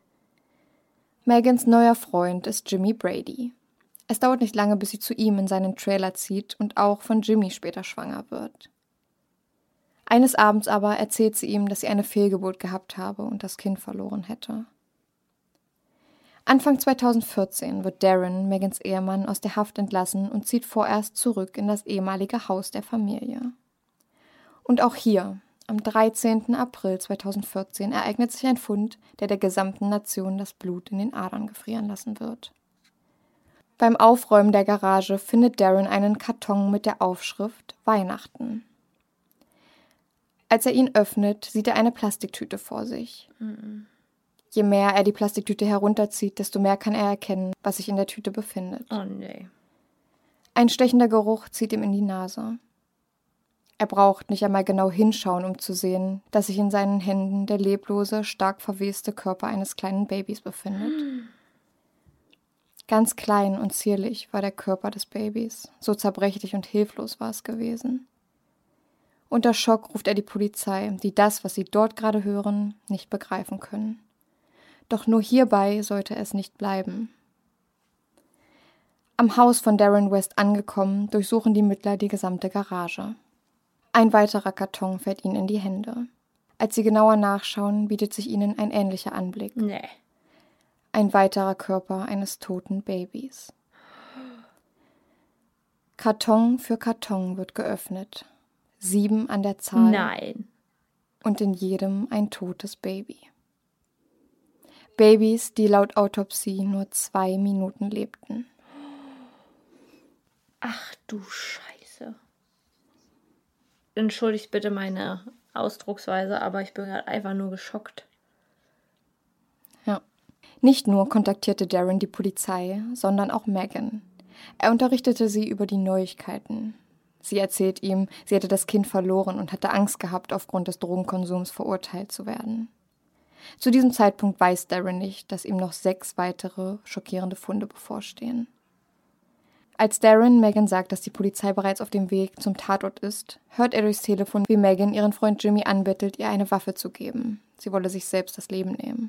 Megans neuer Freund ist Jimmy Brady. Es dauert nicht lange, bis sie zu ihm in seinen Trailer zieht und auch von Jimmy später schwanger wird. Eines Abends aber erzählt sie ihm, dass sie eine Fehlgeburt gehabt habe und das Kind verloren hätte. Anfang zweitausendvierzehn wird Darren, Megans Ehemann, aus der Haft entlassen und zieht vorerst zurück in das ehemalige Haus der Familie. Und auch hier, am dreizehnten April zweitausendvierzehn, ereignet sich ein Fund, der der gesamten Nation das Blut in den Adern gefrieren lassen wird. Beim Aufräumen der Garage findet Darren einen Karton mit der Aufschrift Weihnachten. Als er ihn öffnet, sieht er eine Plastiktüte vor sich. Mhm. Je mehr er die Plastiktüte herunterzieht, desto mehr kann er erkennen, was sich in der Tüte befindet. Oh nee. Ein stechender Geruch zieht ihm in die Nase. Er braucht nicht einmal genau hinschauen, um zu sehen, dass sich in seinen Händen der leblose, stark verweste Körper eines kleinen Babys befindet. Ganz klein und zierlich war der Körper des Babys, so zerbrechlich und hilflos war es gewesen. Unter Schock ruft er die Polizei, die das, was sie dort gerade hören, nicht begreifen können. Doch nur hierbei sollte es nicht bleiben. Am Haus von Darren West angekommen, durchsuchen die Mittler die gesamte Garage. Ein weiterer Karton fällt ihnen in die Hände. Als sie genauer nachschauen, bietet sich ihnen ein ähnlicher Anblick. Nee. Ein weiterer Körper eines toten Babys. Karton für Karton wird geöffnet. Sieben an der Zahl. Nein. Und in jedem ein totes Baby. Babys, die laut Autopsie nur zwei Minuten lebten. Ach du Scheiße. Entschuldigt bitte meine Ausdrucksweise, aber ich bin gerade einfach nur geschockt. Ja. Nicht nur kontaktierte Darren die Polizei, sondern auch Megan. Er unterrichtete sie über die Neuigkeiten. Sie erzählt ihm, sie hätte das Kind verloren und hatte Angst gehabt, aufgrund des Drogenkonsums verurteilt zu werden. Zu diesem Zeitpunkt weiß Darren nicht, dass ihm noch sechs weitere schockierende Funde bevorstehen. Als Darren Megan sagt, dass die Polizei bereits auf dem Weg zum Tatort ist, hört er durchs Telefon, wie Megan ihren Freund Jimmy anbettelt, ihr eine Waffe zu geben. Sie wolle sich selbst das Leben nehmen.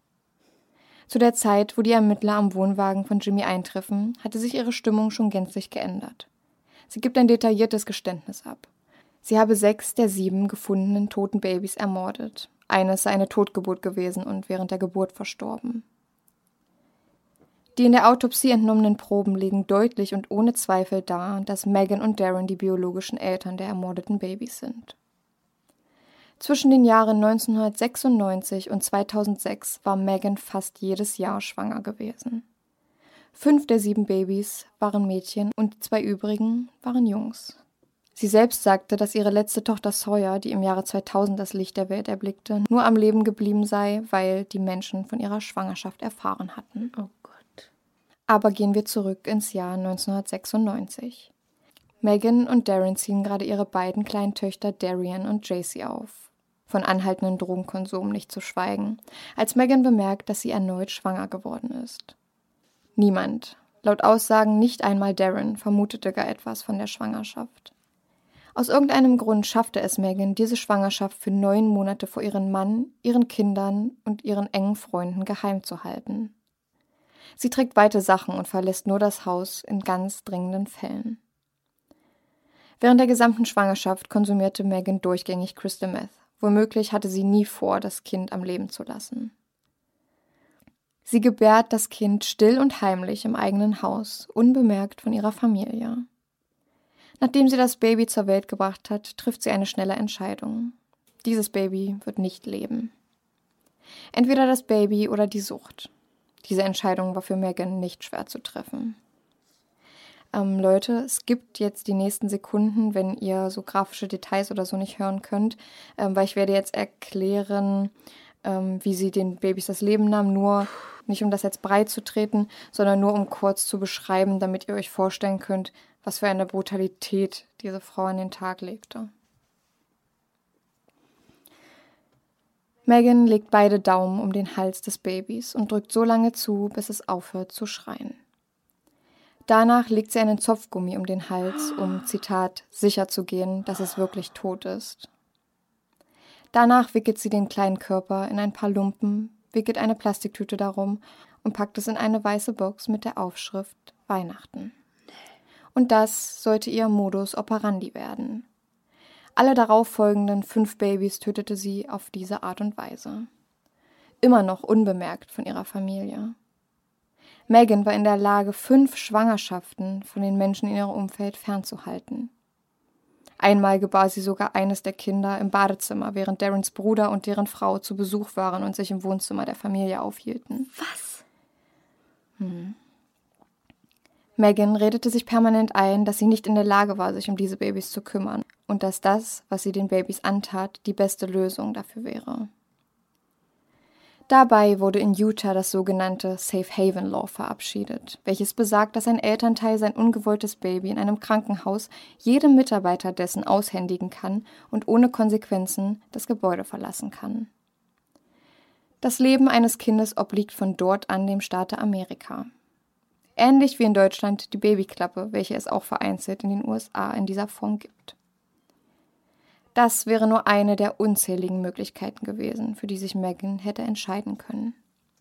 Zu der Zeit, wo die Ermittler am Wohnwagen von Jimmy eintreffen, hatte sich ihre Stimmung schon gänzlich geändert. Sie gibt ein detailliertes Geständnis ab. Sie habe sechs der sieben gefundenen toten Babys ermordet. Eines sei eine Totgeburt gewesen und während der Geburt verstorben. Die in der Autopsie entnommenen Proben legen deutlich und ohne Zweifel dar, dass Megan und Darren die biologischen Eltern der ermordeten Babys sind. Zwischen den Jahren neunzehnhundertsechsundneunzig und zweitausendsechs war Megan fast jedes Jahr schwanger gewesen. Fünf der sieben Babys waren Mädchen und die zwei übrigen waren Jungs. Sie selbst sagte, dass ihre letzte Tochter Sawyer, die im Jahre zweitausend das Licht der Welt erblickte, nur am Leben geblieben sei, weil die Menschen von ihrer Schwangerschaft erfahren hatten. Oh Gott. Aber gehen wir zurück ins Jahr neunzehnhundertsechsundneunzig. Megan und Darren ziehen gerade ihre beiden kleinen Töchter Darian und Jaycee auf. Von anhaltendem Drogenkonsum nicht zu schweigen, als Megan bemerkt, dass sie erneut schwanger geworden ist. Niemand, laut Aussagen nicht einmal Darren, vermutete gar etwas von der Schwangerschaft. Aus irgendeinem Grund schaffte es Megan, diese Schwangerschaft für neun Monate vor ihrem Mann, ihren Kindern und ihren engen Freunden geheim zu halten. Sie trägt weite Sachen und verlässt nur das Haus in ganz dringenden Fällen. Während der gesamten Schwangerschaft konsumierte Megan durchgängig Crystal Meth. Womöglich hatte sie nie vor, das Kind am Leben zu lassen. Sie gebärt das Kind still und heimlich im eigenen Haus, unbemerkt von ihrer Familie. Nachdem sie das Baby zur Welt gebracht hat, trifft sie eine schnelle Entscheidung. Dieses Baby wird nicht leben. Entweder das Baby oder die Sucht. Diese Entscheidung war für Megan nicht schwer zu treffen. Ähm, Leute, es gibt jetzt die nächsten Sekunden, wenn ihr so grafische Details oder so nicht hören könnt, ähm, weil ich werde jetzt erklären, ähm, wie sie den Babys das Leben nahm, nur nicht um das jetzt breit zu treten, sondern nur um kurz zu beschreiben, damit ihr euch vorstellen könnt, was für eine Brutalität diese Frau an den Tag legte. Megan legt beide Daumen um den Hals des Babys und drückt so lange zu, bis es aufhört zu schreien. Danach legt sie einen Zopfgummi um den Hals, um, Zitat, sicher zu gehen, dass es wirklich tot ist. Danach wickelt sie den kleinen Körper in ein paar Lumpen, wickelt eine Plastiktüte darum und packt es in eine weiße Box mit der Aufschrift Weihnachten. Und das sollte ihr Modus operandi werden. Alle darauffolgenden fünf Babys tötete sie auf diese Art und Weise. Immer noch unbemerkt von ihrer Familie. Megan war in der Lage, fünf Schwangerschaften von den Menschen in ihrem Umfeld fernzuhalten. Einmal gebar sie sogar eines der Kinder im Badezimmer, während Darrens Bruder und deren Frau zu Besuch waren und sich im Wohnzimmer der Familie aufhielten. Was? Hm. Megan redete sich permanent ein, dass sie nicht in der Lage war, sich um diese Babys zu kümmern und dass das, was sie den Babys antat, die beste Lösung dafür wäre. Dabei wurde in Utah das sogenannte Safe Haven Law verabschiedet, welches besagt, dass ein Elternteil sein ungewolltes Baby in einem Krankenhaus jedem Mitarbeiter dessen aushändigen kann und ohne Konsequenzen das Gebäude verlassen kann. Das Leben eines Kindes obliegt von dort an dem Staate Amerika. Ähnlich wie in Deutschland die Babyklappe, welche es auch vereinzelt in den U S A in dieser Form gibt. Das wäre nur eine der unzähligen Möglichkeiten gewesen, für die sich Meghan hätte entscheiden können.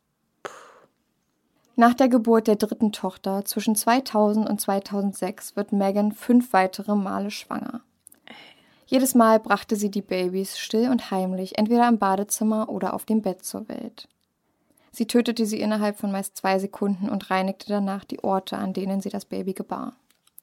Nach der Geburt der dritten Tochter zwischen zweitausend und zweitausendsechs wird Meghan fünf weitere Male schwanger. Jedes Mal brachte sie die Babys still und heimlich entweder im Badezimmer oder auf dem Bett zur Welt. Sie tötete sie innerhalb von meist zwei Sekunden und reinigte danach die Orte, an denen sie das Baby gebar.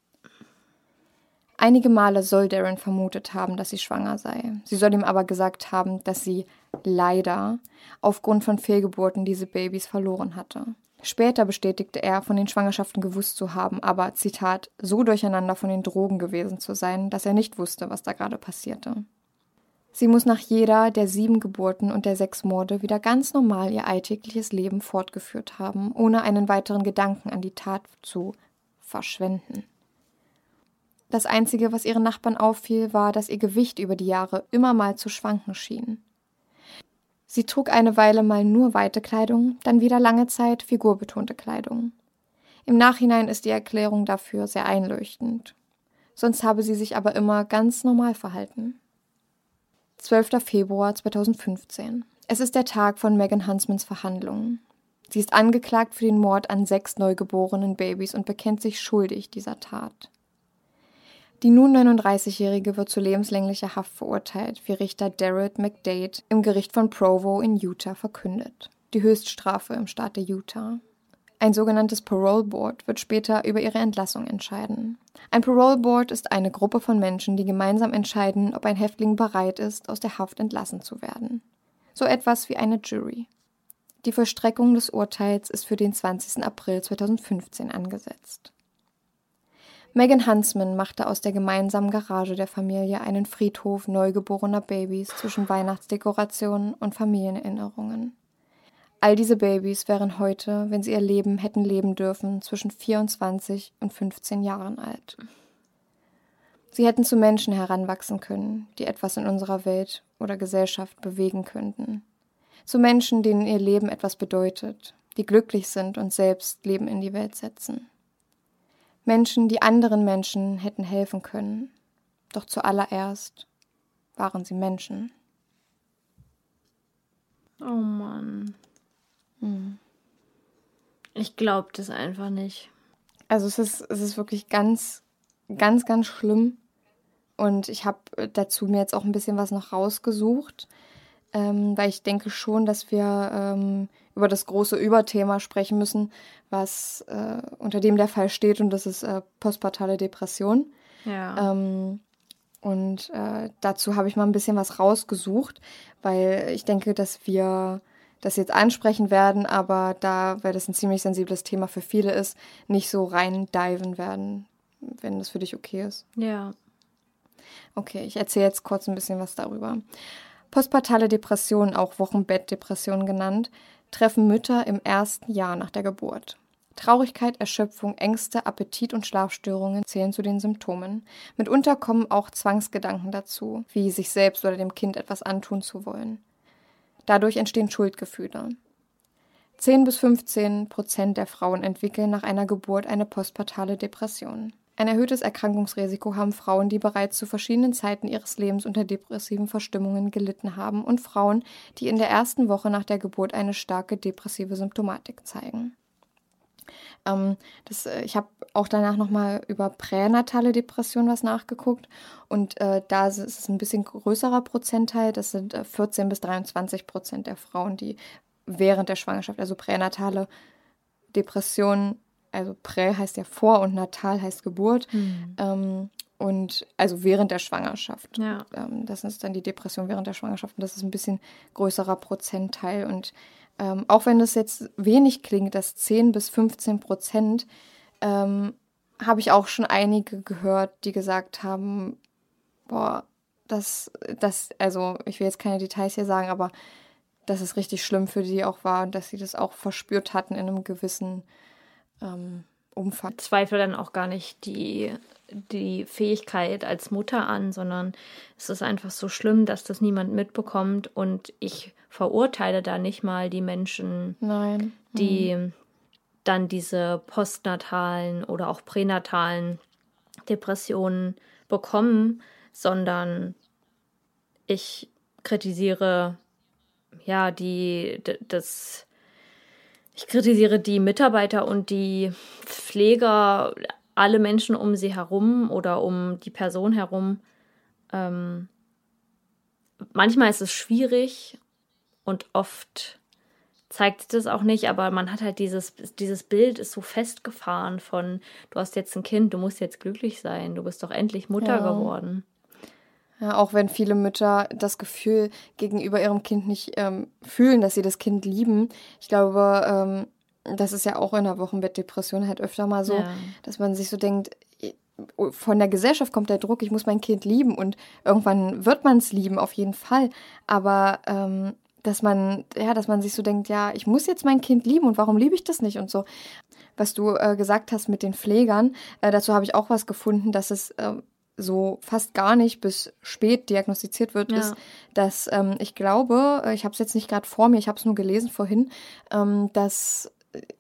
Einige Male soll Darren vermutet haben, dass sie schwanger sei. Sie soll ihm aber gesagt haben, dass sie leider aufgrund von Fehlgeburten diese Babys verloren hatte. Später bestätigte er, von den Schwangerschaften gewusst zu haben, aber, Zitat, so durcheinander von den Drogen gewesen zu sein, dass er nicht wusste, was da gerade passierte. Sie muss nach jeder der sieben Geburten und der sechs Morde wieder ganz normal ihr alltägliches Leben fortgeführt haben, ohne einen weiteren Gedanken an die Tat zu verschwenden. Das Einzige, was ihren Nachbarn auffiel, war, dass ihr Gewicht über die Jahre immer mal zu schwanken schien. Sie trug eine Weile mal nur weite Kleidung, dann wieder lange Zeit figurbetonte Kleidung. Im Nachhinein ist die Erklärung dafür sehr einleuchtend. Sonst habe sie sich aber immer ganz normal verhalten. zwölfter Februar zweitausendfünfzehn. Es ist der Tag von Meghan Huntsmans Verhandlungen. Sie ist angeklagt für den Mord an sechs neugeborenen Babys und bekennt sich schuldig dieser Tat. Die nun neununddreißigjährige wird zu lebenslänglicher Haft verurteilt, wie Richter Darrell McDade im Gericht von Provo in Utah verkündet. Die Höchststrafe im Staate Utah. Ein sogenanntes Parole Board wird später über ihre Entlassung entscheiden. Ein Parole Board ist eine Gruppe von Menschen, die gemeinsam entscheiden, ob ein Häftling bereit ist, aus der Haft entlassen zu werden. So etwas wie eine Jury. Die Vollstreckung des Urteils ist für den zwanzigsten April zweitausendfünfzehn angesetzt. Meghan Huntsman machte aus der gemeinsamen Garage der Familie einen Friedhof neugeborener Babys zwischen Weihnachtsdekorationen und Familienerinnerungen. All diese Babys wären heute, wenn sie ihr Leben hätten leben dürfen, zwischen vierundzwanzig und fünfzehn Jahren alt. Sie hätten zu Menschen heranwachsen können, die etwas in unserer Welt oder Gesellschaft bewegen könnten. Zu Menschen, denen ihr Leben etwas bedeutet, die glücklich sind und selbst Leben in die Welt setzen. Menschen, die anderen Menschen hätten helfen können. Doch zuallererst waren sie Menschen. Oh Mann. Hm. Ich glaube das einfach nicht. Also es ist, es ist wirklich ganz, ganz, ganz schlimm. Und ich habe dazu mir jetzt auch ein bisschen was noch rausgesucht, ähm, weil ich denke schon, dass wir ähm, über das große Überthema sprechen müssen, was äh, unter dem der Fall steht, und das ist äh, postpartale Depression. Ja. Ähm, und äh, dazu habe ich mal ein bisschen was rausgesucht, weil ich denke, dass wir das jetzt ansprechen werden, aber da, weil das ein ziemlich sensibles Thema für viele ist, nicht so rein diven werden, wenn das für dich okay ist. Ja. Okay, ich erzähle jetzt kurz ein bisschen was darüber. Postpartale Depression, auch Wochenbettdepression genannt, treffen Mütter im ersten Jahr nach der Geburt. Traurigkeit, Erschöpfung, Ängste, Appetit- und Schlafstörungen zählen zu den Symptomen. Mitunter kommen auch Zwangsgedanken dazu, wie sich selbst oder dem Kind etwas antun zu wollen. Dadurch entstehen Schuldgefühle. zehn bis fünfzehn Prozent der Frauen entwickeln nach einer Geburt eine postpartale Depression. Ein erhöhtes Erkrankungsrisiko haben Frauen, die bereits zu verschiedenen Zeiten ihres Lebens unter depressiven Verstimmungen gelitten haben, und Frauen, die in der ersten Woche nach der Geburt eine starke depressive Symptomatik zeigen. Ähm, das, ich habe auch danach nochmal über pränatale Depression was nachgeguckt, und äh, da ist es ein bisschen größerer Prozentteil. Das sind äh, vierzehn bis dreiundzwanzig Prozent der Frauen, die während der Schwangerschaft, also pränatale Depression, also prä heißt ja vor und natal heißt Geburt, mhm. ähm, und also während der Schwangerschaft. Ja. Ähm, das ist dann die Depression während der Schwangerschaft, und das ist ein bisschen größerer Prozentteil. Und ähm, auch wenn das jetzt wenig klingt, das zehn bis fünfzehn Prozent, ähm, habe ich auch schon einige gehört, die gesagt haben, boah, das, das, also ich will jetzt keine Details hier sagen, aber dass es richtig schlimm für die auch war und dass sie das auch verspürt hatten in einem gewissen ähm, Umfang. Ich zweifle dann auch gar nicht die, die Fähigkeit als Mutter an, sondern es ist einfach so schlimm, dass das niemand mitbekommt und ich verurteile da nicht mal die Menschen, Nein. die mhm. dann diese postnatalen oder auch pränatalen Depressionen bekommen, sondern ich kritisiere ja die das ich kritisiere die Mitarbeiter und die Pfleger, alle Menschen um sie herum oder um die Person herum. Ähm, manchmal ist es schwierig und oft zeigt es das auch nicht, aber man hat halt dieses, dieses Bild ist so festgefahren von, du hast jetzt ein Kind, du musst jetzt glücklich sein, du bist doch endlich Mutter ja. geworden. Ja, auch wenn viele Mütter das Gefühl gegenüber ihrem Kind nicht ähm, fühlen, dass sie das Kind lieben. Ich glaube, ähm, das ist ja auch in der Wochenbettdepression halt öfter mal so, ja. dass man sich so denkt, von der Gesellschaft kommt der Druck, ich muss mein Kind lieben und irgendwann wird man es lieben, auf jeden Fall. Aber ähm, dass man, ja, dass man sich so denkt, ja, ich muss jetzt mein Kind lieben und warum liebe ich das nicht und so. Was du äh, gesagt hast mit den Pflegern, äh, dazu habe ich auch was gefunden, dass es äh, so fast gar nicht bis spät diagnostiziert wird, ja. ist, dass ähm, ich glaube, ich habe es jetzt nicht gerade vor mir, ich habe es nur gelesen vorhin, ähm, dass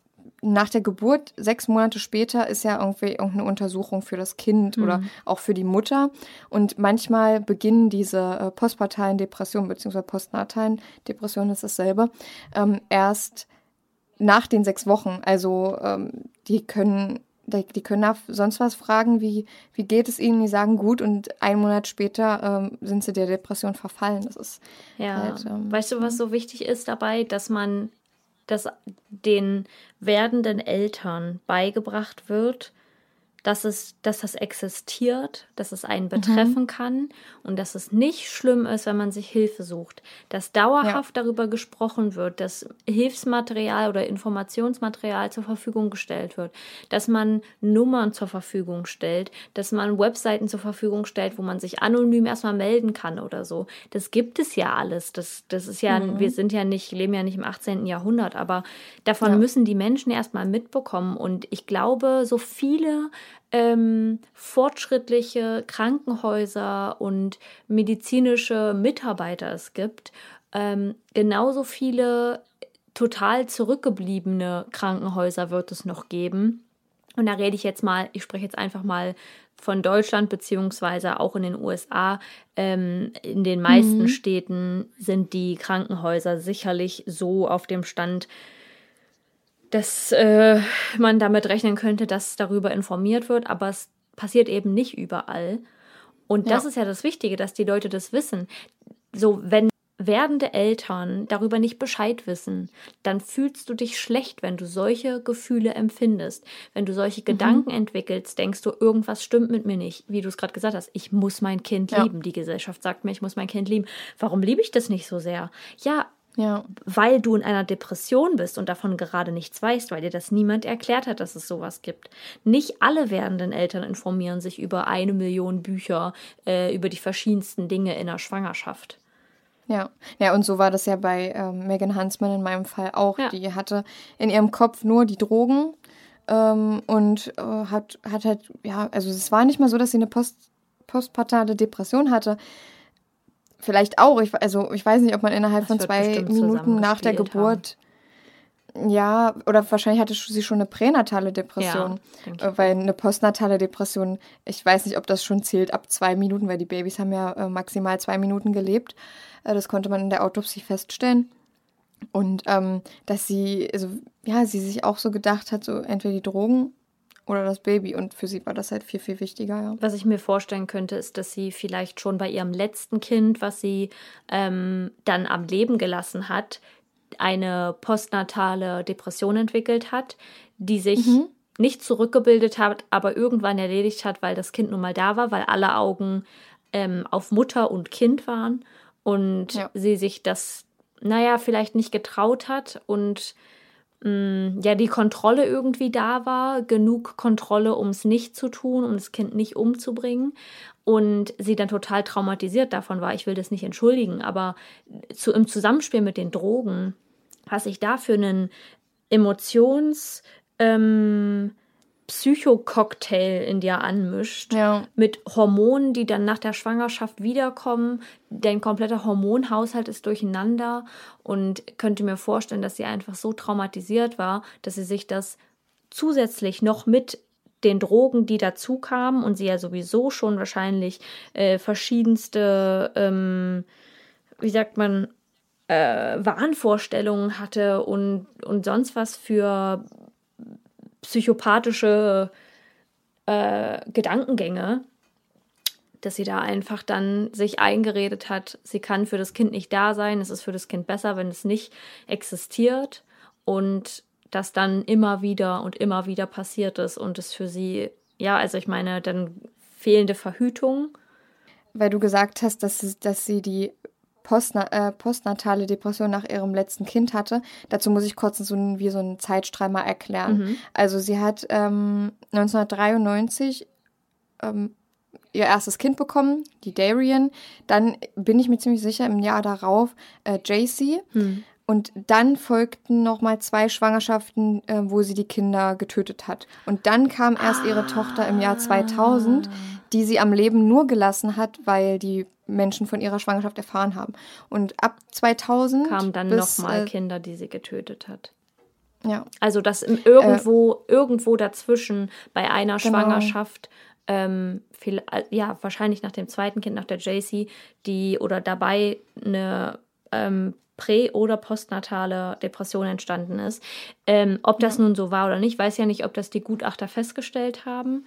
nach der Geburt, sechs Monate später, ist ja irgendwie irgendeine Untersuchung für das Kind mhm. oder auch für die Mutter. Und manchmal beginnen diese äh, postpartalen Depressionen, beziehungsweise postnatalen Depressionen ist dasselbe, ähm, erst nach den sechs Wochen. Also ähm, die können... Die können nach sonst was fragen, wie, wie geht es ihnen? Die sagen gut und einen Monat später ähm, sind sie der Depression verfallen. Das ist ja. halt, ähm, weißt du, was so wichtig ist dabei, dass man, dass den werdenden Eltern beigebracht wird, dass es, dass das existiert, dass es einen betreffen mhm. kann und dass es nicht schlimm ist, wenn man sich Hilfe sucht. Dass dauerhaft ja. darüber gesprochen wird, dass Hilfsmaterial oder Informationsmaterial zur Verfügung gestellt wird, dass man Nummern zur Verfügung stellt, dass man Webseiten zur Verfügung stellt, wo man sich anonym erstmal melden kann oder so. Das gibt es ja alles. Das, das ist ja, mhm. wir sind ja nicht, leben ja nicht im achtzehnten Jahrhundert, aber davon ja. müssen die Menschen erstmal mitbekommen. Und ich glaube, so viele Ähm, fortschrittliche Krankenhäuser und medizinische Mitarbeiter es gibt, ähm, genauso viele total zurückgebliebene Krankenhäuser wird es noch geben. Und da rede ich jetzt mal, ich spreche jetzt einfach mal von Deutschland beziehungsweise auch in den U S A. Ähm, in den meisten mhm. Städten sind die Krankenhäuser sicherlich so auf dem Stand, dass äh, man damit rechnen könnte, dass darüber informiert wird, aber es passiert eben nicht überall. Und das ja. ist ja das Wichtige, dass die Leute das wissen. So, wenn werdende Eltern darüber nicht Bescheid wissen, dann fühlst du dich schlecht, wenn du solche Gefühle empfindest. Wenn du solche mhm. Gedanken entwickelst, denkst du, irgendwas stimmt mit mir nicht. Wie du es gerade gesagt hast, ich muss mein Kind ja. lieben. Die Gesellschaft sagt mir, ich muss mein Kind lieben. Warum liebe ich das nicht so sehr? Ja, Ja. weil du in einer Depression bist und davon gerade nichts weißt, weil dir das niemand erklärt hat, dass es sowas gibt. Nicht alle werdenden Eltern informieren sich über eine Million Bücher, äh, über die verschiedensten Dinge in der Schwangerschaft. Ja, ja, und so war das ja bei ähm, Megan Huntsman in meinem Fall auch. Ja. Die hatte in ihrem Kopf nur die Drogen ähm, und äh, hat, hat halt, ja, also es war nicht mal so, dass sie eine Post, postpartale Depression hatte. Vielleicht auch, ich, also ich weiß nicht, ob man innerhalb Das von zwei Minuten nach der Geburt, haben. ja, oder wahrscheinlich hatte sie schon eine pränatale Depression, ja, weil eine postnatale Depression, ich weiß nicht, ob das schon zählt ab zwei Minuten, weil die Babys haben ja äh, maximal zwei Minuten gelebt. Äh, das konnte man in der Autopsie feststellen. Und ähm, dass sie, also ja, sie sich auch so gedacht hat, so entweder die Drogen oder das Baby. Und für sie war das halt viel, viel wichtiger, ja. Was ich mir vorstellen könnte, ist, dass sie vielleicht schon bei ihrem letzten Kind, was sie ähm, dann am Leben gelassen hat, eine postnatale Depression entwickelt hat, die sich mhm. nicht zurückgebildet hat, aber irgendwann erledigt hat, weil das Kind nun mal da war, weil alle Augen ähm, auf Mutter und Kind waren und ja. sie sich das, naja, vielleicht nicht getraut hat und mh, ja, die Kontrolle irgendwie da war, genug Kontrolle, um es nicht zu tun, um das Kind nicht umzubringen. Und sie dann total traumatisiert davon war. Ich will das nicht entschuldigen, aber zu, im Zusammenspiel mit den Drogen, was ich da für einen Emotions- ähm, Psychococktail in dir anmischt, Ja. mit Hormonen, die dann nach der Schwangerschaft wiederkommen. Dein kompletter Hormonhaushalt ist durcheinander und könnte mir vorstellen, dass sie einfach so traumatisiert war, dass sie sich das zusätzlich noch mit den Drogen, die dazu kamen und sie ja sowieso schon wahrscheinlich äh, verschiedenste, ähm, wie sagt man, äh, Wahnvorstellungen hatte und, und sonst was für psychopathische äh, Gedankengänge, dass sie da einfach dann sich eingeredet hat, sie kann für das Kind nicht da sein, es ist für das Kind besser, wenn es nicht existiert und das dann immer wieder und immer wieder passiert ist und es für sie, ja, also ich meine, dann fehlende Verhütung. Weil du gesagt hast, dass sie, dass sie die Postna- äh, postnatale Depression nach ihrem letzten Kind hatte. Dazu muss ich kurz so ein, wie so einen Zeitstrahl mal erklären. Mhm. Also sie hat ähm, neunzehnhundertdreiundneunzig ähm, ihr erstes Kind bekommen, die Darian. Dann bin ich mir ziemlich sicher, im Jahr darauf äh, J C. Hm. Und dann folgten nochmal zwei Schwangerschaften, äh, wo sie die Kinder getötet hat. Und dann kam erst ihre Tochter im Jahr zweitausend, die sie am Leben nur gelassen hat, weil die Menschen von ihrer Schwangerschaft erfahren haben. Und ab zweitausend Kamen dann bis, nochmal äh, Kinder, die sie getötet hat. Ja, Also dass im irgendwo, äh, irgendwo dazwischen bei einer genau. Schwangerschaft, ähm, viel, ja, wahrscheinlich nach dem zweiten Kind, nach der J C, die oder dabei eine ähm, prä- oder postnatale Depression entstanden ist. Ähm, ob das Ja. nun so war oder nicht, weiß ja nicht, ob das die Gutachter festgestellt haben.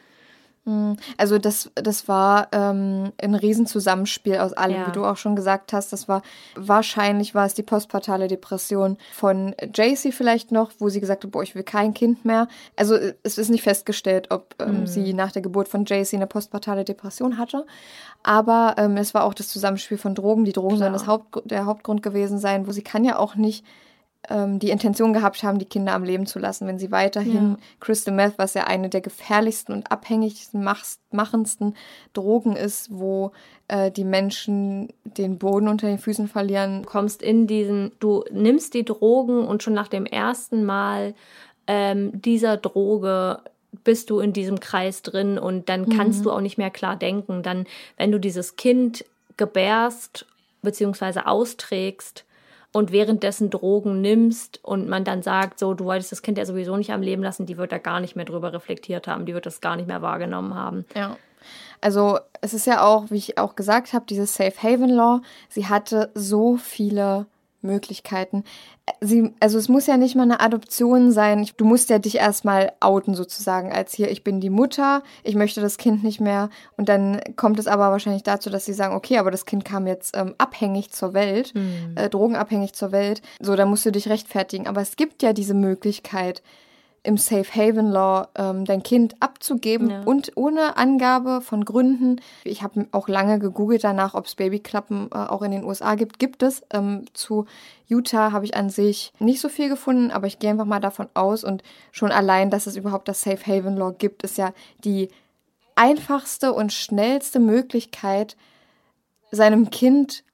Also das, das war ähm, ein Riesenzusammenspiel aus allem, Ja. wie du auch schon gesagt hast. Das war, wahrscheinlich war es die postpartale Depression von J C vielleicht noch, wo sie gesagt hat, boah, ich will kein Kind mehr. Also es ist nicht festgestellt, ob ähm, Mhm. sie nach der Geburt von J C eine postpartale Depression hatte. Aber ähm, es war auch das Zusammenspiel von Drogen. Die Drogen sollen das Haupt, der Hauptgrund gewesen sein, wo sie kann ja auch nicht ähm, die Intention gehabt haben, die Kinder am Leben zu lassen, wenn sie weiterhin Ja. Crystal Meth, was ja eine der gefährlichsten und abhängigsten, machst, machendsten Drogen ist, wo äh, die Menschen den Boden unter den Füßen verlieren. Du kommst in diesen, du nimmst die Drogen und schon nach dem ersten Mal ähm, dieser Droge bist du in diesem Kreis drin und dann kannst Mhm. du auch nicht mehr klar denken. Dann, wenn du dieses Kind gebärst bzw. austrägst und währenddessen Drogen nimmst und man dann sagt, so, du wolltest das Kind ja sowieso nicht am Leben lassen, die wird da gar nicht mehr drüber reflektiert haben, die wird das gar nicht mehr wahrgenommen haben. Ja. Also es ist ja auch, wie ich auch gesagt habe, dieses Safe Haven Law, sie hatte so viele Möglichkeiten. Sie, also es muss ja nicht mal eine Adoption sein. Du musst ja dich erstmal outen sozusagen als hier, ich bin die Mutter, ich möchte das Kind nicht mehr. Und dann kommt es aber wahrscheinlich dazu, dass sie sagen, okay, aber das Kind kam jetzt ähm, abhängig zur Welt, Mhm. äh, drogenabhängig zur Welt. So, da musst du dich rechtfertigen. Aber es gibt ja diese Möglichkeit, im Safe Haven Law ähm, dein Kind abzugeben Ja. und ohne Angabe von Gründen. Ich habe auch lange gegoogelt danach, ob es Babyklappen äh, auch in den U S A gibt. Gibt es. Ähm, zu Utah habe ich an sich nicht so viel gefunden, aber ich gehe einfach mal davon aus und schon allein, dass es überhaupt das Safe Haven Law gibt, ist ja die einfachste und schnellste Möglichkeit, seinem Kind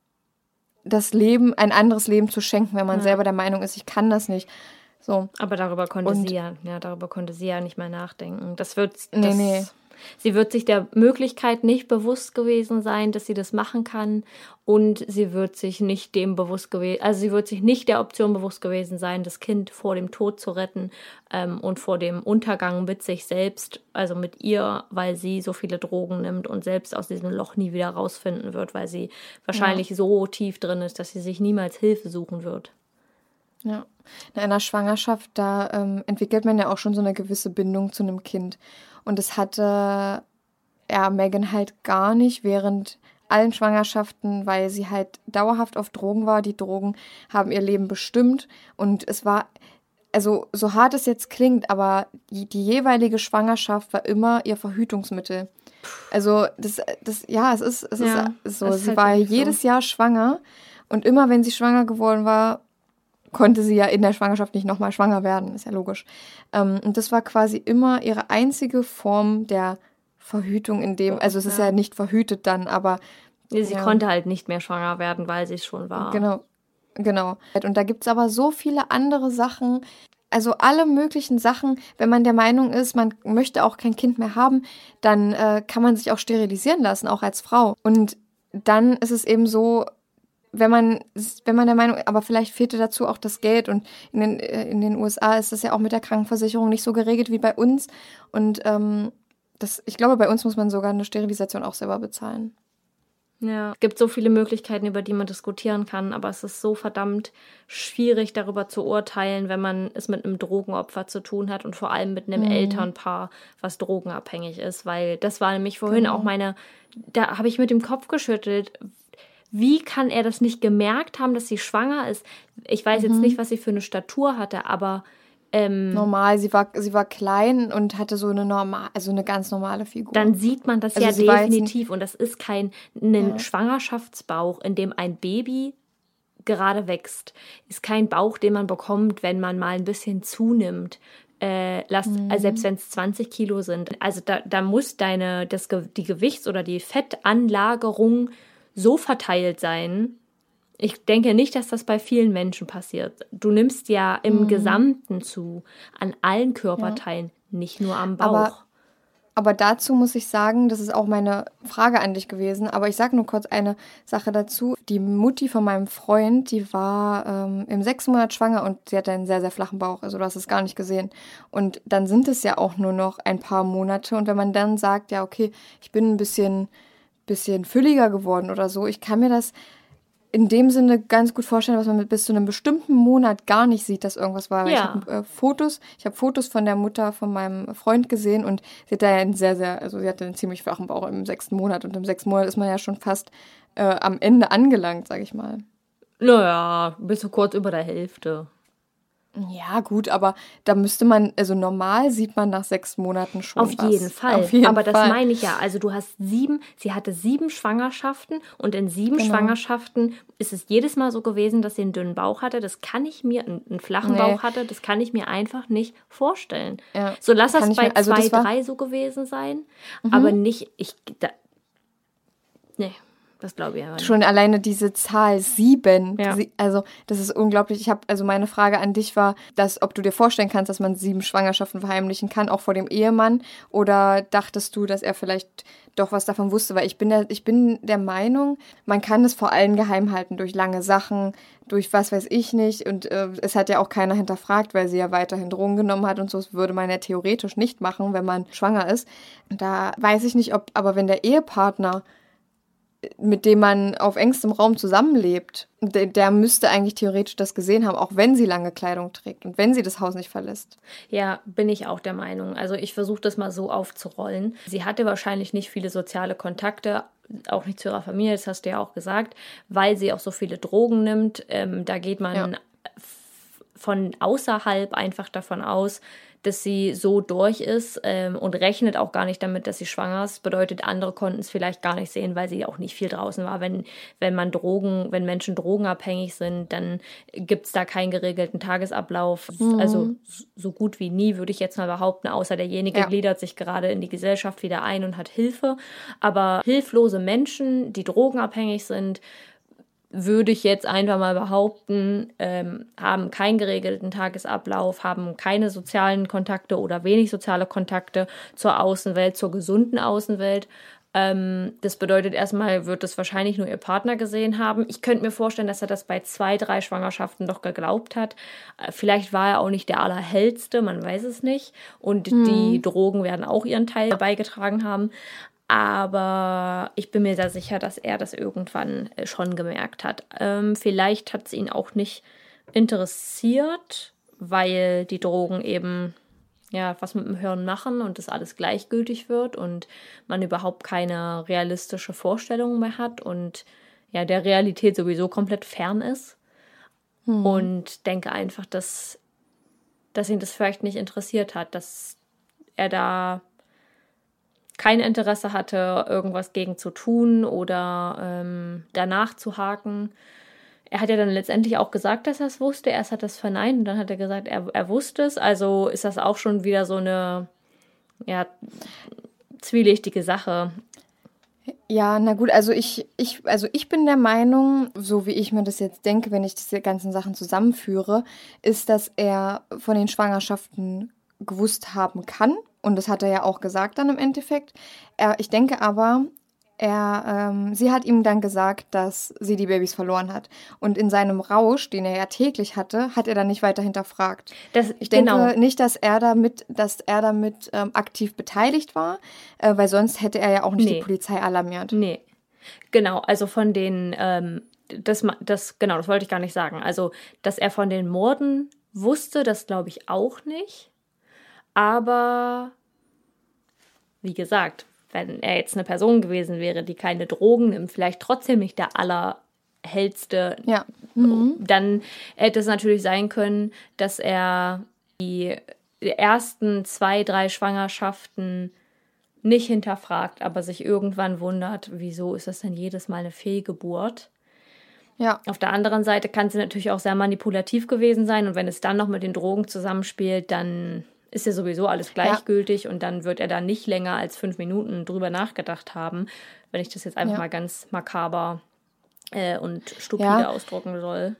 das Leben, ein anderes Leben zu schenken, wenn man Ja. selber der Meinung ist, ich kann das nicht. So. Aber darüber konnte Und- sie ja, ja, darüber konnte sie ja nicht mehr nachdenken. Das wird, Nee, das, nee. Sie wird sich der Möglichkeit nicht bewusst gewesen sein, dass sie das machen kann, und sie wird sich nicht dem bewusst gewesen, also sie wird sich nicht der Option bewusst gewesen sein, das Kind vor dem Tod zu retten ähm, und vor dem Untergang mit sich selbst, also mit ihr, weil sie so viele Drogen nimmt und selbst aus diesem Loch nie wieder rausfinden wird, weil sie wahrscheinlich so tief drin ist, dass sie sich niemals Hilfe suchen wird. Ja, in einer Schwangerschaft, da ähm, entwickelt man ja auch schon so eine gewisse Bindung zu einem Kind. Und das hatte ja Megan halt gar nicht während allen Schwangerschaften, weil sie halt dauerhaft auf Drogen war. Die Drogen haben ihr Leben bestimmt. Und es war, also so hart es jetzt klingt, aber die, die jeweilige Schwangerschaft war immer ihr Verhütungsmittel. Also das, das ja, es ist, es Ja, ist so. das ist Sie halt war wirklich so. jedes Jahr schwanger. Und immer, wenn sie schwanger geworden war, konnte sie ja in der Schwangerschaft nicht nochmal schwanger werden, ist ja logisch. Ähm, und das war quasi immer ihre einzige Form der Verhütung in dem, also es ist ja, ja nicht verhütet dann, aber... Nee, sie ja. konnte halt nicht mehr schwanger werden, weil sie es schon war. Genau, genau. Und da gibt es aber so viele andere Sachen, also alle möglichen Sachen, wenn man der Meinung ist, man möchte auch kein Kind mehr haben, dann äh, kann man sich auch sterilisieren lassen, auch als Frau. Und dann ist es eben so, wenn man, wenn man der Meinung, aber vielleicht fehlte dazu auch das Geld und in den, in den U S A ist das ja auch mit der Krankenversicherung nicht so geregelt wie bei uns. Und ähm, das, ich glaube, bei uns muss man sogar eine Sterilisation auch selber bezahlen. Ja, es gibt so viele Möglichkeiten, über die man diskutieren kann, aber es ist so verdammt schwierig, darüber zu urteilen, wenn man es mit einem Drogenopfer zu tun hat und vor allem mit einem mhm. Elternpaar, was drogenabhängig ist, weil das war nämlich vorhin genau. auch meine, da habe ich mit dem Kopf geschüttelt, wie kann er das nicht gemerkt haben, dass sie schwanger ist? Ich weiß mhm. jetzt nicht, was sie für eine Statur hatte, aber Ähm, normal, sie war, sie war klein und hatte so eine normal, also eine ganz normale Figur. Dann sieht man das also ja definitiv und das ist kein ein ja. Schwangerschaftsbauch, in dem ein Baby gerade wächst. Ist kein Bauch, den man bekommt, wenn man mal ein bisschen zunimmt. Äh, lasst, mhm. also selbst wenn es zwanzig Kilo sind. Also da, da muss deine, das, die Gewichts- oder die Fettanlagerung so verteilt sein. Ich denke nicht, dass das bei vielen Menschen passiert. Du nimmst ja im mhm. Gesamten zu, an allen Körperteilen, ja. nicht nur am Bauch. Aber, aber dazu muss ich sagen, das ist auch meine Frage an dich gewesen, aber ich sage nur kurz eine Sache dazu. Die Mutti von meinem Freund, die war ähm, im sechsten Monat schwanger und sie hatte einen sehr, sehr flachen Bauch. Also du hast es gar nicht gesehen. Und dann sind es ja auch nur noch ein paar Monate. Und wenn man dann sagt, ja okay, ich bin ein bisschen, bisschen fülliger geworden oder so, ich kann mir das in dem Sinne ganz gut vorstellen, was man mit bis zu einem bestimmten Monat gar nicht sieht, dass irgendwas war. Ja. Ich habe äh, Fotos, ich habe Fotos von der Mutter von meinem Freund gesehen und sie hat da ja einen sehr, sehr, also sie hatte einen ziemlich flachen Bauch im sechsten Monat und im sechsten Monat ist man ja schon fast äh, am Ende angelangt, sag ich mal. Naja, bist du kurz über der Hälfte. Ja, gut, aber da müsste man, also normal sieht man nach sechs Monaten schon Auf was. jeden Fall. Auf jeden aber Fall. Das meine ich ja. Also du hast sieben, sie hatte sieben Schwangerschaften und in sieben genau. Schwangerschaften ist es jedes Mal so gewesen, dass sie einen dünnen Bauch hatte. Das kann ich mir, einen flachen nee. Bauch hatte, das kann ich mir einfach nicht vorstellen. Ja. So lass das bei mir, also zwei, das drei so gewesen sein, mhm. aber nicht, ich, da, nee. Das glaube ich aber nicht. Schon alleine diese Zahl sieben, ja. also das ist unglaublich. Ich habe, also meine Frage an dich war, dass, ob du dir vorstellen kannst, dass man sieben Schwangerschaften verheimlichen kann, auch vor dem Ehemann, oder dachtest du, dass er vielleicht doch was davon wusste? Weil ich bin der, ich bin der Meinung, man kann es vor allem geheim halten durch lange Sachen, durch was weiß ich nicht, und äh, es hat ja auch keiner hinterfragt, weil sie ja weiterhin Drogen genommen hat und so. Das würde man ja theoretisch nicht machen, wenn man schwanger ist. Da weiß ich nicht, ob, aber wenn der Ehepartner, mit dem man auf engstem Raum zusammenlebt, der, der müsste eigentlich theoretisch das gesehen haben, auch wenn sie lange Kleidung trägt und wenn sie das Haus nicht verlässt. Ja, bin ich auch der Meinung. Also ich versuche das mal so aufzurollen. Sie hatte wahrscheinlich nicht viele soziale Kontakte, auch nicht zu ihrer Familie, das hast du ja auch gesagt, weil sie auch so viele Drogen nimmt. Ähm, da geht man ja. f- von außerhalb einfach davon aus, dass sie so durch ist ähm, und rechnet auch gar nicht damit, dass sie schwanger ist. Bedeutet, andere konnten es vielleicht gar nicht sehen, weil sie auch nicht viel draußen war. Wenn, wenn man Drogen, wenn Menschen drogenabhängig sind, dann gibt es da keinen geregelten Tagesablauf. Mhm. Also so gut wie nie, würde ich jetzt mal behaupten, außer derjenige ja. gliedert sich gerade in die Gesellschaft wieder ein und hat Hilfe. Aber hilflose Menschen, die drogenabhängig sind, würde ich jetzt einfach mal behaupten, ähm, haben keinen geregelten Tagesablauf, haben keine sozialen Kontakte oder wenig soziale Kontakte zur Außenwelt, zur gesunden Außenwelt. Ähm, das bedeutet, erstmal wird es wahrscheinlich nur ihr Partner gesehen haben. Ich könnte mir vorstellen, dass er das bei zwei, drei Schwangerschaften doch geglaubt hat. Äh, vielleicht war er auch nicht der Allerhellste, man weiß es nicht. Und hm. die Drogen werden auch ihren Teil beigetragen haben. Aber ich bin mir sehr sicher, dass er das irgendwann schon gemerkt hat. Ähm, vielleicht hat es ihn auch nicht interessiert, weil die Drogen eben ja was mit dem Hirn machen und das alles gleichgültig wird und man überhaupt keine realistische Vorstellung mehr hat und ja der Realität sowieso komplett fern ist. Hm. Und denke einfach, dass, dass ihn das vielleicht nicht interessiert hat, dass er da kein Interesse hatte, irgendwas gegen zu tun oder ähm, danach zu haken. er hat ja dann letztendlich auch gesagt, dass er es wusste. Erst hat er es verneint und dann hat er gesagt, er, er wusste es. Also ist das auch schon wieder so eine, ja, zwielichtige Sache. Ja, na gut, also ich, ich, also ich bin der Meinung, so wie ich mir das jetzt denke, wenn ich diese ganzen Sachen zusammenführe, ist, dass er von den Schwangerschaften gewusst haben kann. Und das hat er ja auch gesagt dann im Endeffekt. Er, ich denke aber, er, ähm, sie hat ihm dann gesagt, dass sie die Babys verloren hat. Und in seinem Rausch, den er ja täglich hatte, hat er dann nicht weiter hinterfragt. Das, ich denke genau. nicht, dass er damit, dass er damit ähm, aktiv beteiligt war, äh, weil sonst hätte er ja auch nicht Nee. die Polizei alarmiert. Nee, genau, also von den, ähm, das, das, genau, das wollte ich gar nicht sagen. Also, dass er von den Morden wusste, das glaube ich auch nicht. Aber, wie gesagt, wenn er jetzt eine Person gewesen wäre, die keine Drogen nimmt, vielleicht trotzdem nicht der allerhellste, Ja. Mhm. dann hätte es natürlich sein können, dass er die ersten zwei, drei Schwangerschaften nicht hinterfragt, aber sich irgendwann wundert, wieso ist das denn jedes Mal eine Fehlgeburt? Ja. Auf der anderen Seite kann sie natürlich auch sehr manipulativ gewesen sein und wenn es dann noch mit den Drogen zusammenspielt, dann ist ja sowieso alles gleichgültig ja. und dann wird er da nicht länger als fünf Minuten drüber nachgedacht haben, wenn ich das jetzt einfach ja. mal ganz makaber äh, und stupide ja. ausdrucken soll.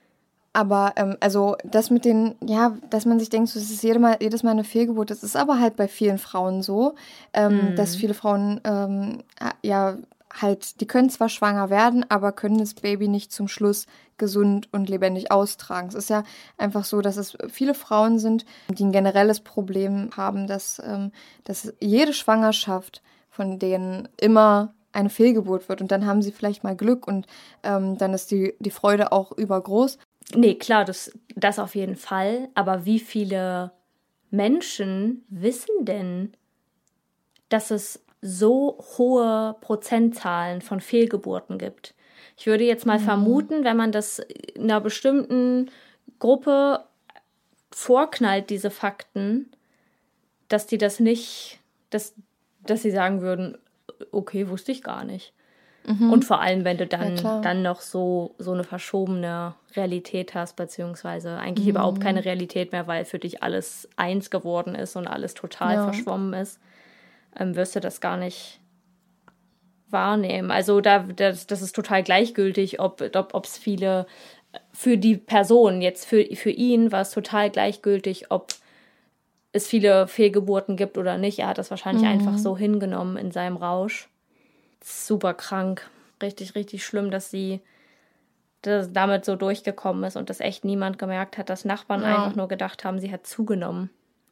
Aber ähm, also das mit den, ja, dass man sich denkt, so, das ist jedes Mal, jedes Mal eine Fehlgeburt, das ist aber halt bei vielen Frauen so, ähm, mhm. dass viele Frauen ähm, ja halt, die können zwar schwanger werden, aber können das Baby nicht zum Schluss gesund und lebendig austragen. Es ist ja einfach so, dass es viele Frauen sind, die ein generelles Problem haben, dass, ähm, dass jede Schwangerschaft von denen immer eine Fehlgeburt wird und dann haben sie vielleicht mal Glück und ähm, dann ist die, die Freude auch übergroß. Nee, klar, das, das auf jeden Fall. Aber wie viele Menschen wissen denn, dass es so hohe Prozentzahlen von Fehlgeburten gibt? Ich würde jetzt mal mhm. vermuten, wenn man das einer bestimmten Gruppe vorknallt, diese Fakten, dass die das nicht, dass, dass sie sagen würden, okay, wusste ich gar nicht. Mhm. Und vor allem, wenn du dann, ja, dann noch so, so eine verschobene Realität hast, beziehungsweise eigentlich mhm. überhaupt keine Realität mehr, weil für dich alles eins geworden ist und alles total ja. verschwommen ist, ähm, wirst du das gar nicht wahrnehmen. Also da, das, das ist total gleichgültig, ob es ob, viele, für die Person, jetzt für, für ihn war es total gleichgültig, ob es viele Fehlgeburten gibt oder nicht. Er hat das wahrscheinlich mhm. einfach so hingenommen in seinem Rausch. Super krank. Richtig, richtig schlimm, dass sie das damit so durchgekommen ist und das echt niemand gemerkt hat, dass Nachbarn ja. einfach nur gedacht haben, sie hat zugenommen.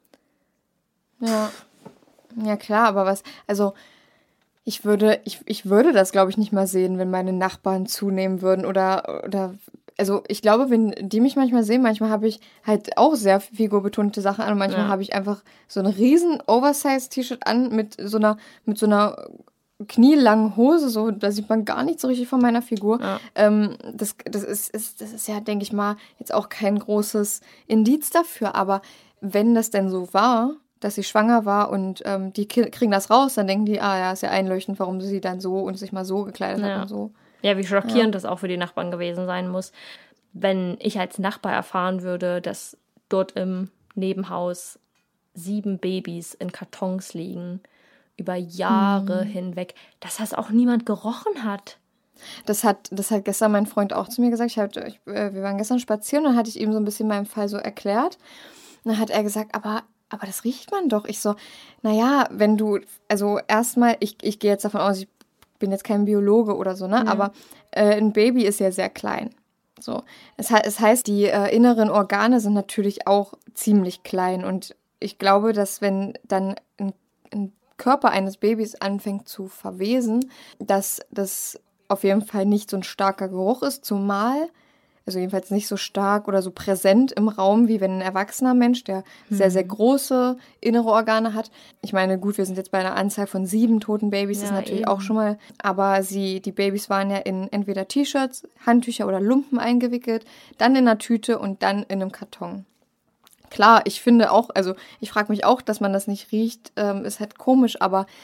Ja, ja klar, aber was, also ich würde, ich, ich würde das, glaube ich, nicht mal sehen, wenn meine Nachbarn zunehmen würden oder, oder also ich glaube, wenn die mich manchmal sehen, manchmal habe ich halt auch sehr figurbetonte Sachen an und manchmal ja. habe ich einfach so ein riesen Oversize-T-Shirt an mit so einer, mit so einer knielangen Hose, so, da sieht man gar nicht so richtig von meiner Figur. Ja. Ähm, das, das, ist, ist, das ist ja, denke ich mal, jetzt auch kein großes Indiz dafür, aber wenn das denn so war, dass sie schwanger war und ähm, die kriegen das raus, dann denken die, ah ja, ist ja einleuchtend, warum sie dann so und sich mal so gekleidet ja. hat und so. Ja, wie schockierend ja. das auch für die Nachbarn gewesen sein muss, wenn ich als Nachbar erfahren würde, dass dort im Nebenhaus sieben Babys in Kartons liegen, über Jahre hm. hinweg, dass das auch niemand gerochen hat. Das hat, das hat gestern mein Freund auch zu mir gesagt. Ich hab, ich, äh, wir waren gestern spazieren und dann hatte ich ihm so ein bisschen meinen Fall so erklärt. Und dann hat er gesagt, aber, aber das riecht man doch. Ich so, naja, wenn du, also erstmal, ich, ich gehe jetzt davon aus, ich bin jetzt kein Biologe oder so, ne? Ja. Aber äh, ein Baby ist ja sehr klein. So. Es, es heißt, die äh, inneren Organe sind natürlich auch ziemlich klein. Und ich glaube, dass wenn dann ein, ein Körper eines Babys anfängt zu verwesen, dass das auf jeden Fall nicht so ein starker Geruch ist, zumal, also jedenfalls nicht so stark oder so präsent im Raum, wie wenn ein erwachsener Mensch, der mhm. sehr, sehr große innere Organe hat. Ich meine, gut, wir sind jetzt bei einer Anzahl von sieben toten Babys, ja, ist natürlich eben auch schon mal, aber sie, die Babys waren ja in entweder T-Shirts, Handtücher oder Lumpen eingewickelt, dann in einer Tüte und dann in einem Karton. Klar, ich finde auch, also ich frage mich auch, dass man das nicht riecht, ähm, ist halt komisch, aber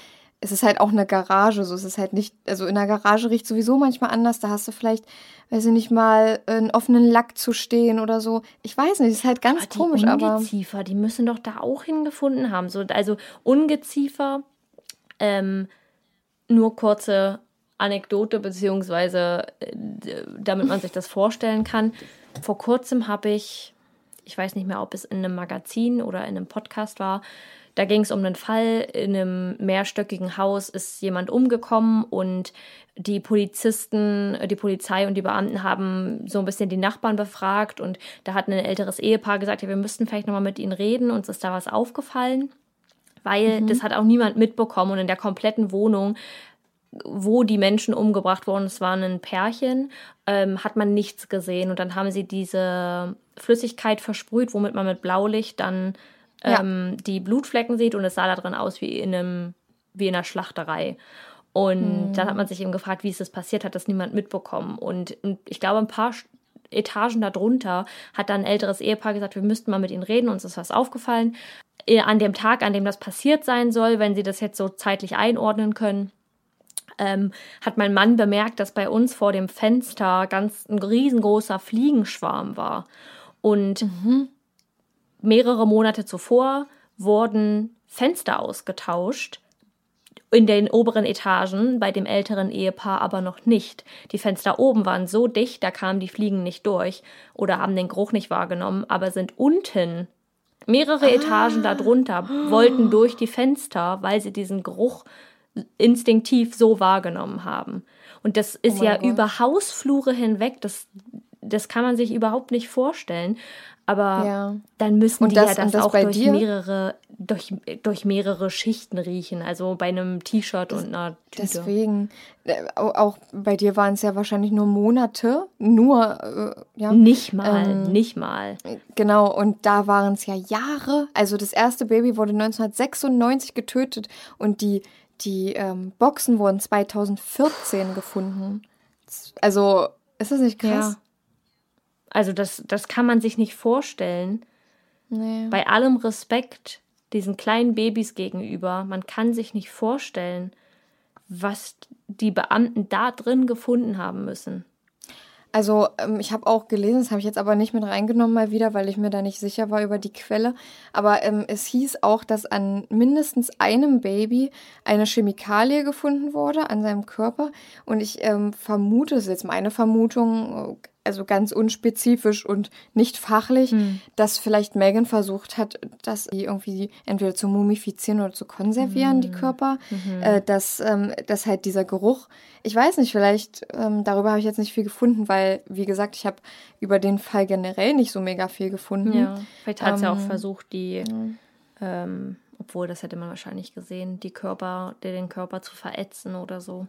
es ist halt auch eine Garage, so es ist halt nicht, also in der Garage riecht sowieso manchmal anders, da hast du vielleicht, weiß ich nicht, mal einen offenen Lack zu stehen oder so. Ich weiß nicht, es ist halt ganz aber die komisch, aber... Ungeziefer, die müssen doch da auch hingefunden haben. So, also Ungeziefer, ähm, nur kurze Anekdote, beziehungsweise äh, damit man sich das vorstellen kann. Vor kurzem habe ich, ich weiß nicht mehr, ob es in einem Magazin oder in einem Podcast war, da ging es um einen Fall, in einem mehrstöckigen Haus ist jemand umgekommen und die Polizisten, die Polizei und die Beamten haben so ein bisschen die Nachbarn befragt und da hat ein älteres Ehepaar gesagt, ja, wir müssten vielleicht nochmal mit ihnen reden, uns ist da was aufgefallen, weil mhm. das hat auch niemand mitbekommen und in der kompletten Wohnung, wo die Menschen umgebracht wurden, es waren ein Pärchen, ähm, hat man nichts gesehen und dann haben sie diese Flüssigkeit versprüht, womit man mit Blaulicht dann ähm, ja. die Blutflecken sieht und es sah da drin aus wie in, einem, wie in einer Schlachterei. Und mhm. dann hat man sich eben gefragt, wie ist das passiert, hat das niemand mitbekommen. Und, und ich glaube, ein paar Etagen darunter hat dann ein älteres Ehepaar gesagt, wir müssten mal mit ihnen reden, uns ist was aufgefallen. An dem Tag, an dem das passiert sein soll, wenn sie das jetzt so zeitlich einordnen können, ähm, hat mein Mann bemerkt, dass bei uns vor dem Fenster ganz ein riesengroßer Fliegenschwarm war. Und mhm. mehrere Monate zuvor wurden Fenster ausgetauscht, in den oberen Etagen, bei dem älteren Ehepaar aber noch nicht. Die Fenster oben waren so dicht, da kamen die Fliegen nicht durch oder haben den Geruch nicht wahrgenommen, aber sind unten, mehrere ah. Etagen darunter, wollten durch die Fenster, weil sie diesen Geruch instinktiv so wahrgenommen haben. Und das ist oh ja Gott. Über Hausflure hinweg, das, das kann man sich überhaupt nicht vorstellen. Aber ja. dann müssen und die das, ja das, das auch durch dir? mehrere durch, durch mehrere Schichten riechen. Also bei einem T-Shirt das, und einer Tüte. Deswegen, auch bei dir waren es ja wahrscheinlich nur Monate. Nur, äh, ja. Nicht mal, ähm, nicht mal. Genau, und da waren es ja Jahre. Also das erste Baby wurde neunzehnhundertsechsundneunzig getötet und die, die ähm, Boxen wurden zweitausendvierzehn gefunden. Also, ist das nicht krass? Ja. Also das, das kann man sich nicht vorstellen. Nee. Bei allem Respekt diesen kleinen Babys gegenüber, man kann sich nicht vorstellen, was die Beamten da drin gefunden haben müssen. Also ähm, ich habe auch gelesen, das habe ich jetzt aber nicht mit reingenommen mal wieder, weil ich mir da nicht sicher war über die Quelle. Aber ähm, es hieß auch, dass an mindestens einem Baby eine Chemikalie gefunden wurde an seinem Körper. Und ich ähm, vermute, das ist jetzt meine Vermutung, also ganz unspezifisch und nicht fachlich, hm. dass vielleicht Megan versucht hat, das irgendwie entweder zu mumifizieren oder zu konservieren, hm. die Körper, mhm. äh, dass, ähm, dass halt dieser Geruch, ich weiß nicht, vielleicht, ähm, darüber habe ich jetzt nicht viel gefunden, weil, wie gesagt, ich habe über den Fall generell nicht so mega viel gefunden. Ja, vielleicht hat sie ähm, auch versucht, die, ja. ähm, obwohl, das hätte man wahrscheinlich gesehen, die Körper, den Körper zu verätzen oder so.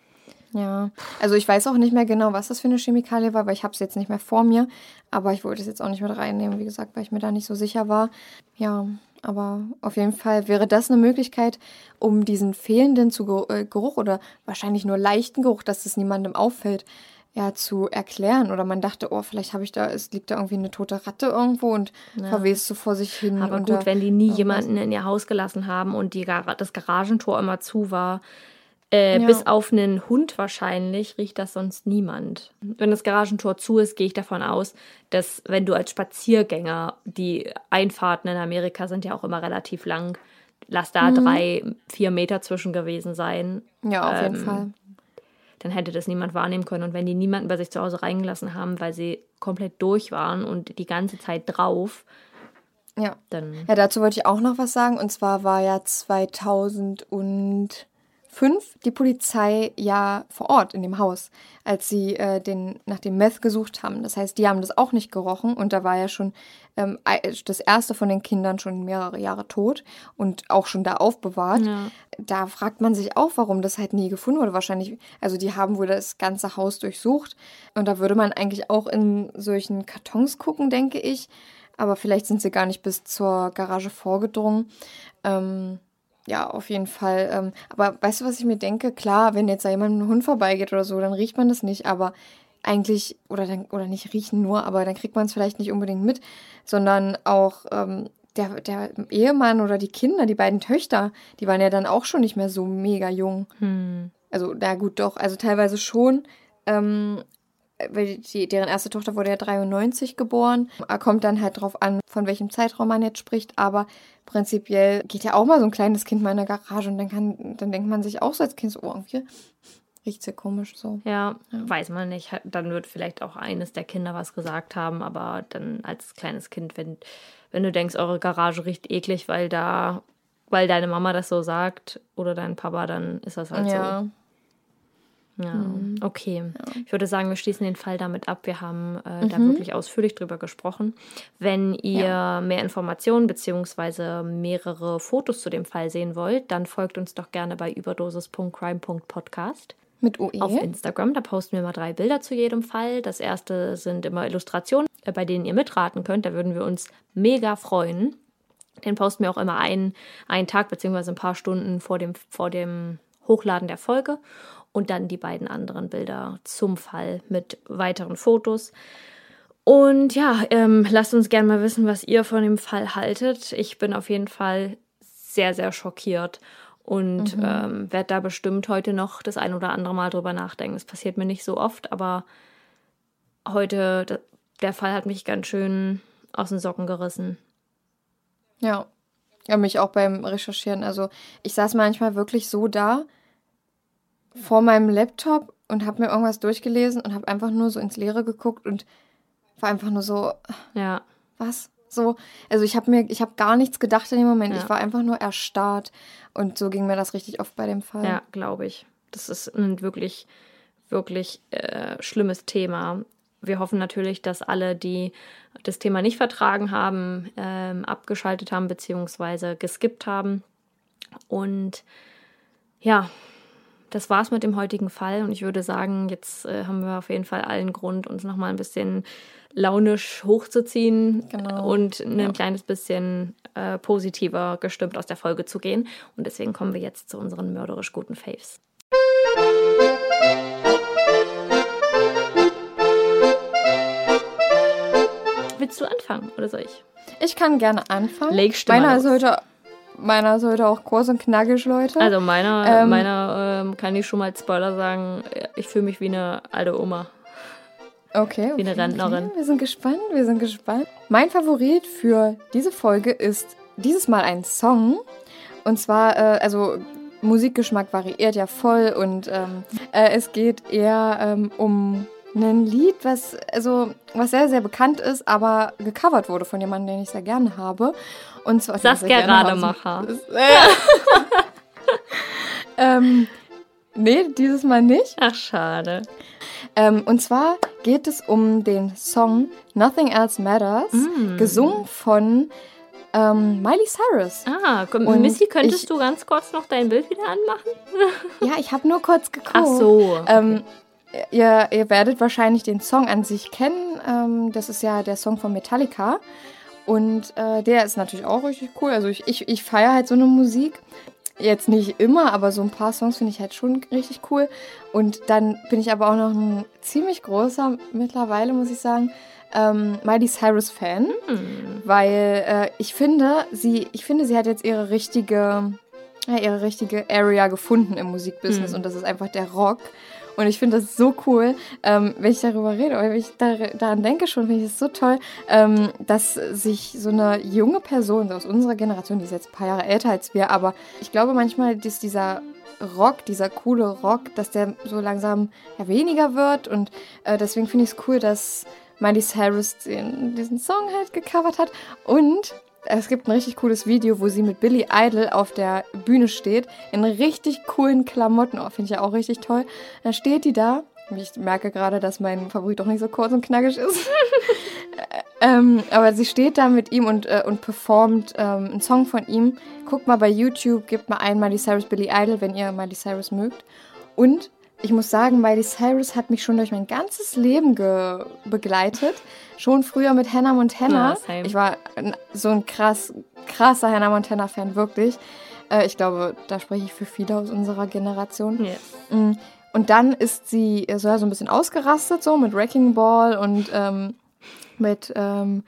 Ja, also ich weiß auch nicht mehr genau, was das für eine Chemikalie war, weil ich habe es jetzt nicht mehr vor mir. Aber ich wollte es jetzt auch nicht mit reinnehmen, wie gesagt, weil ich mir da nicht so sicher war. Ja, aber auf jeden Fall wäre das eine Möglichkeit, um diesen fehlenden Geruch oder wahrscheinlich nur leichten Geruch, dass es niemandem auffällt, ja, zu erklären. Oder man dachte, oh, vielleicht habe ich da, es liegt da irgendwie eine tote Ratte irgendwo und ja. verwest so vor sich hin. Aber und gut, da, wenn die nie irgendwas. jemanden in ihr Haus gelassen haben und die, das Garagentor immer zu war, Äh, ja. Bis auf einen Hund wahrscheinlich riecht das sonst niemand. Wenn das Garagentor zu ist, gehe ich davon aus, dass wenn du als Spaziergänger, die Einfahrten in Amerika sind ja auch immer relativ lang, lass da mhm. drei, vier Meter zwischen gewesen sein. Ja, auf ähm, jeden Fall. Dann hätte das niemand wahrnehmen können. Und wenn die niemanden bei sich zu Hause reingelassen haben, weil sie komplett durch waren und die ganze Zeit drauf, ja. dann... Ja, dazu wollte ich auch noch was sagen. Und zwar war ja zweitausend und Fünf, die Polizei ja vor Ort in dem Haus, als sie äh, den, nach dem Meth gesucht haben. Das heißt, die haben das auch nicht gerochen und da war ja schon ähm, das erste von den Kindern schon mehrere Jahre tot und auch schon da aufbewahrt. Ja. Da fragt man sich auch, warum das halt nie gefunden wurde. Wahrscheinlich, also die haben wohl das ganze Haus durchsucht und da würde man eigentlich auch in solchen Kartons gucken, denke ich. Aber vielleicht sind sie gar nicht bis zur Garage vorgedrungen. Ähm, Ja, auf jeden Fall. Ähm, aber weißt du, was ich mir denke? Klar, wenn jetzt da jemand mit einem Hund vorbeigeht oder so, dann riecht man das nicht. Aber eigentlich, oder dann, oder nicht riechen nur, aber dann kriegt man es vielleicht nicht unbedingt mit, sondern auch, ähm, der, der Ehemann oder die Kinder, die beiden Töchter, die waren ja dann auch schon nicht mehr so mega jung. Hm. Also, na gut, doch, also teilweise schon. Ähm, weil die, deren erste Tochter wurde ja dreiundneunzig geboren. Kommt dann halt drauf an, von welchem Zeitraum man jetzt spricht. Aber prinzipiell geht ja auch mal so ein kleines Kind mal in der Garage und dann kann, dann denkt man sich auch so als Kind so, oh, irgendwie riecht sehr komisch so. Ja, ja, weiß man nicht. Dann wird vielleicht auch eines der Kinder was gesagt haben, aber dann als kleines Kind, wenn, wenn du denkst, eure Garage riecht eklig, weil da, weil deine Mama das so sagt oder dein Papa, dann ist das halt ja. so. Ja, mhm. okay. Ja. Ich würde sagen, wir schließen den Fall damit ab. Wir haben äh, mhm. da wirklich ausführlich drüber gesprochen. Wenn ihr ja. mehr Informationen bzw. mehrere Fotos zu dem Fall sehen wollt, dann folgt uns doch gerne bei überdosis punkt crime punkt podcast. Mit O E. Auf Instagram, da posten wir mal drei Bilder zu jedem Fall. Das erste sind immer Illustrationen, bei denen ihr mitraten könnt. Da würden wir uns mega freuen. Den posten wir auch immer einen, einen Tag bzw. ein paar Stunden vor dem, vor dem Hochladen der Folge. Und dann die beiden anderen Bilder zum Fall mit weiteren Fotos. Und ja, ähm, lasst uns gerne mal wissen, was ihr von dem Fall haltet. Ich bin auf jeden Fall sehr, sehr schockiert und mhm. ähm, werde da bestimmt heute noch das ein oder andere Mal drüber nachdenken. Das passiert mir nicht so oft, aber heute, der Fall hat mich ganz schön aus den Socken gerissen. Ja, ja, mich auch beim Recherchieren. Also ich saß manchmal wirklich so da, vor meinem Laptop und habe mir irgendwas durchgelesen und habe einfach nur so ins Leere geguckt und war einfach nur so, ja, was? So, also ich habe mir, ich habe gar nichts gedacht in dem Moment. Ja. Ich war einfach nur erstarrt und so ging mir das richtig oft bei dem Fall. Ja, glaube ich. Das ist ein wirklich, wirklich äh, schlimmes Thema. Wir hoffen natürlich, dass alle, die das Thema nicht vertragen haben, ähm, abgeschaltet haben bzw. geskippt haben. Und ja, das war's mit dem heutigen Fall und ich würde sagen, jetzt äh, haben wir auf jeden Fall allen Grund, uns nochmal ein bisschen launisch hochzuziehen genau. und ein ja. kleines bisschen äh, positiver gestimmt aus der Folge zu gehen. Und deswegen kommen wir jetzt zu unseren mörderisch guten Faves. Willst du anfangen oder soll ich? Ich kann gerne anfangen. Leg Stimme Meiner los. ist heute... Meiner ist heute auch kurz und knackig, Leute. Also meiner, ähm, meiner ähm, kann ich schon mal als Spoiler sagen, ich fühle mich wie eine alte Oma. Okay. Wie eine Rentnerin. Okay. Wir sind gespannt, wir sind gespannt. Mein Favorit für diese Folge ist dieses Mal ein Song. Und zwar, äh, also Musikgeschmack variiert ja voll und ähm, äh, es geht eher ähm, um ein Lied, was, also, was sehr, sehr bekannt ist, aber gecovert wurde von jemandem, den ich sehr gerne habe. Und zwar Saskia Rademacher. ähm, nee, dieses Mal nicht. Ach, schade. Ähm, und zwar geht es um den Song Nothing Else Matters, mm. gesungen von ähm, Miley Cyrus. Ah, und Missy, könntest ich, du ganz kurz noch dein Bild wieder anmachen? Ja, ich habe nur kurz geguckt. Ach so. Okay. Ähm, Ihr, ihr werdet wahrscheinlich den Song an sich kennen. Ähm, das ist ja der Song von Metallica. Und äh, der ist natürlich auch richtig cool. Also ich, ich, ich feiere halt so eine Musik. Jetzt nicht immer, aber so ein paar Songs finde ich halt schon richtig cool. Und dann bin ich aber auch noch ein ziemlich großer, mittlerweile muss ich sagen, ähm, Miley Cyrus-Fan. Mhm. Weil äh, ich finde, sie, ich finde, sie hat jetzt ihre richtige, ja, ihre richtige Area gefunden im Musikbusiness. Mhm. Und das ist einfach der Rock. Und ich finde das so cool, ähm, wenn ich darüber rede, oder wenn ich da, daran denke schon, finde ich es so toll, ähm, dass sich so eine junge Person so aus unserer Generation, die ist jetzt ein paar Jahre älter als wir, aber ich glaube manchmal, dass dieser Rock, dieser coole Rock, dass der so langsam ja, weniger wird. Und äh, deswegen finde ich es cool, dass Miley Cyrus den, diesen Song halt gecovert hat. Und es gibt ein richtig cooles Video, wo sie mit Billy Idol auf der Bühne steht, in richtig coolen Klamotten. Oh, finde ich ja auch richtig toll. Da steht die da. Ich merke gerade, dass mein Favorit doch nicht so kurz und knackig ist. ähm, aber sie steht da mit ihm und, äh, und performt ähm, einen Song von ihm. Guckt mal bei YouTube, gebt mal ein Miley Cyrus Billy Idol, wenn ihr Miley Cyrus mögt. Und ich muss sagen, Miley Cyrus hat mich schon durch mein ganzes Leben ge- begleitet. Schon früher mit Hannah Montana. Ja, ich war so ein krass, krasser Hannah Montana-Fan, wirklich. Äh, ich glaube, da spreche ich für viele aus unserer Generation. Yes. Und dann ist sie so, ja, so ein bisschen ausgerastet, so mit Wrecking Ball und ähm, mit, ähm,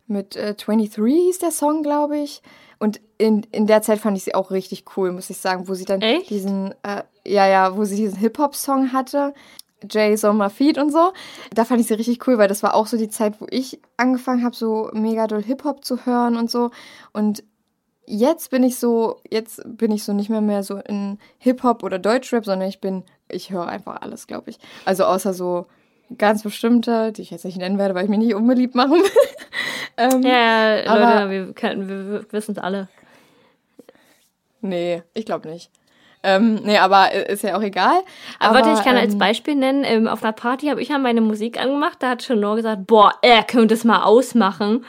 mit äh, twenty-three hieß der Song, glaube ich. Und in, in der Zeit fand ich sie auch richtig cool, muss ich sagen, wo sie dann Echt? diesen, äh, ja, ja, wo sie diesen Hip-Hop-Song hatte. Jay Sommer Feed und so. Da fand ich sie richtig cool, weil das war auch so die Zeit, wo ich angefangen habe, so mega doll Hip-Hop zu hören und so. Und jetzt bin ich so, jetzt bin ich so nicht mehr mehr so in Hip-Hop oder Deutschrap, sondern ich bin, ich höre einfach alles, glaube ich. Also außer so ganz bestimmte, die ich jetzt nicht nennen werde, weil ich mich nicht unbeliebt machen will. ähm, Ja, Leute, aber, wir, können- wir, wir wissen es alle. Nee, ich glaube nicht. Ähm, nee, aber ist ja auch egal. Aber, warte, ich kann ähm, als Beispiel nennen, ähm, auf einer Party habe ich ja meine Musik angemacht, da hat schon Noah gesagt, boah, er könnte es mal ausmachen.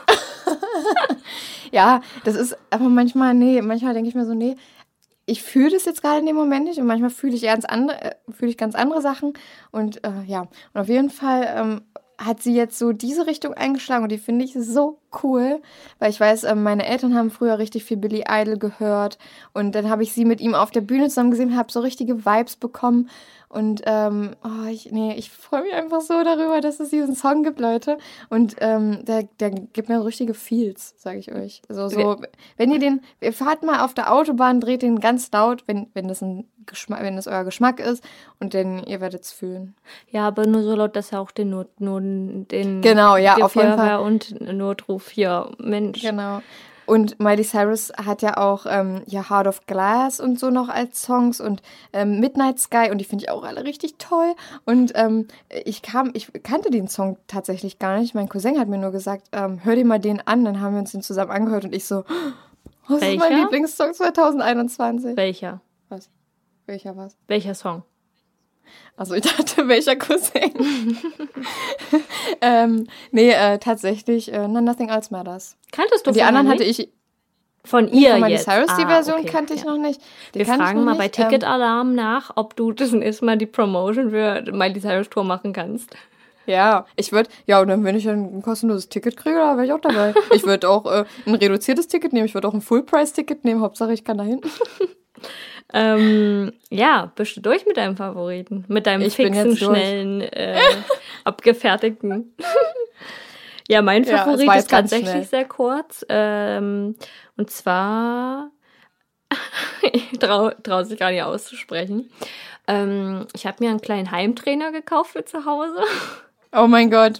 Ja, das ist aber manchmal, nee, manchmal denke ich mir so, nee, ich fühle das jetzt gerade in dem Moment nicht und manchmal fühle ich ganz andere, äh, fühle ich ganz andere Sachen und äh, ja, und auf jeden Fall ähm, hat sie jetzt so diese Richtung eingeschlagen und die finde ich so cool, weil ich weiß, ähm, meine Eltern haben früher richtig viel Billy Idol gehört und dann habe ich sie mit ihm auf der Bühne zusammen gesehen, habe so richtige Vibes bekommen und ähm, oh, ich, nee, ich freue mich einfach so darüber, dass es diesen Song gibt, Leute, und ähm, der, der gibt mir so richtige Feels, sage ich euch. Also so, wenn ihr den, ihr fahrt mal auf der Autobahn, dreht den ganz laut, wenn, wenn das ein Geschmack, wenn das euer Geschmack ist und dann ihr werdet es fühlen. Ja, aber nur so laut, dass er auch den Not, nur den Genau, ja, die auf jeden Feuerwehr Fall. und Notruf hier, Mensch. Genau. Und Miley Cyrus hat ja auch ähm, ja, Heart of Glass und so noch als Songs und ähm, Midnight Sky und die finde ich auch alle richtig toll. Und ähm, ich kam, ich kannte den Song tatsächlich gar nicht. Mein Cousin hat mir nur gesagt, ähm, hör dir mal den an. Dann haben wir uns den zusammen angehört und ich so, was ist mein Welcher? Lieblingssong zwanzig einundzwanzig? Welcher? Was? Welcher was? Welcher Song? Also ich dachte, welcher Cousin? ähm, nee, äh, tatsächlich, äh, Nothing Else Matters. Kanntest du Und die vorher anderen nicht? hatte ich, Von nee, ihr von Miley jetzt? Cyrus, die Ah, Version okay, kannte ich ja. noch nicht. Die Wir kannte ich fragen noch mal bei nicht. Ähm, Ticketalarm nach, ob du das nächste Mal die Promotion für Miley Cyrus Tour machen kannst. Ja, ich würde, ja, und dann, wenn ich ein kostenloses Ticket kriege, da wäre ich auch dabei. Ich würde auch äh, ein reduziertes Ticket nehmen, ich würde auch ein Full-Price-Ticket nehmen, Hauptsache ich kann da hin. Ähm, ja, bist du durch mit deinem Favoriten? Mit deinem Ich bin fixen, jetzt durch. schnellen, äh, abgefertigten. Ja, mein Ja, es Favorit war ist jetzt ganz tatsächlich schnell. sehr kurz. Ähm, und zwar, ich traue trau sich gar nicht auszusprechen. Ähm, ich habe mir einen kleinen Heimtrainer gekauft für zu Hause. Oh mein Gott.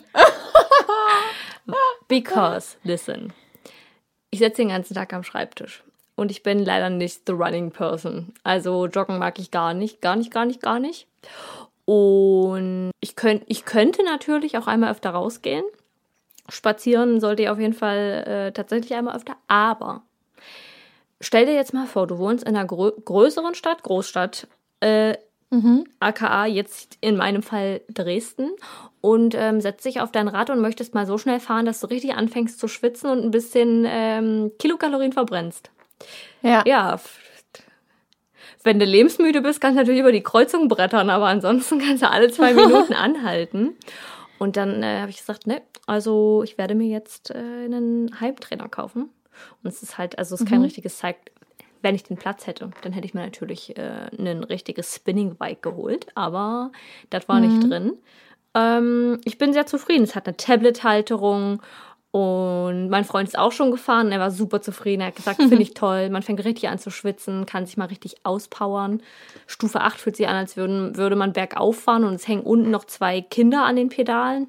Because, listen, ich sitze den ganzen Tag am Schreibtisch und ich bin leider nicht the running person. Also joggen mag ich gar nicht, gar nicht, gar nicht, gar nicht. Und ich, könnt, ich könnte natürlich auch einmal öfter rausgehen. Spazieren sollte ich auf jeden Fall äh, tatsächlich einmal öfter. Aber stell dir jetzt mal vor, du wohnst in einer grö größeren Stadt, Großstadt, äh, aka jetzt in meinem Fall Dresden, und ähm, setzt dich auf dein Rad und möchtest mal so schnell fahren, dass du richtig anfängst zu schwitzen und ein bisschen ähm, Kilokalorien verbrennst. Ja. Ja, f- wenn du lebensmüde bist, kannst du natürlich über die Kreuzung brettern, aber ansonsten kannst du alle zwei Minuten anhalten. Und dann äh, habe ich gesagt, ne, also ich werde mir jetzt äh, einen Heimtrainer kaufen. Und es ist halt, also es ist kein richtiges Zeig. Wenn ich den Platz hätte, dann hätte ich mir natürlich äh, ein richtiges Spinning-Bike geholt, aber das war nicht drin. Ähm, ich bin sehr zufrieden. Es hat eine Tablet-Halterung und mein Freund ist auch schon gefahren. Er war super zufrieden. Er hat gesagt, finde ich toll. Man fängt richtig an zu schwitzen, kann sich mal richtig auspowern. Stufe acht fühlt sich an, als würden, würde man bergauf fahren und es hängen unten noch zwei Kinder an den Pedalen.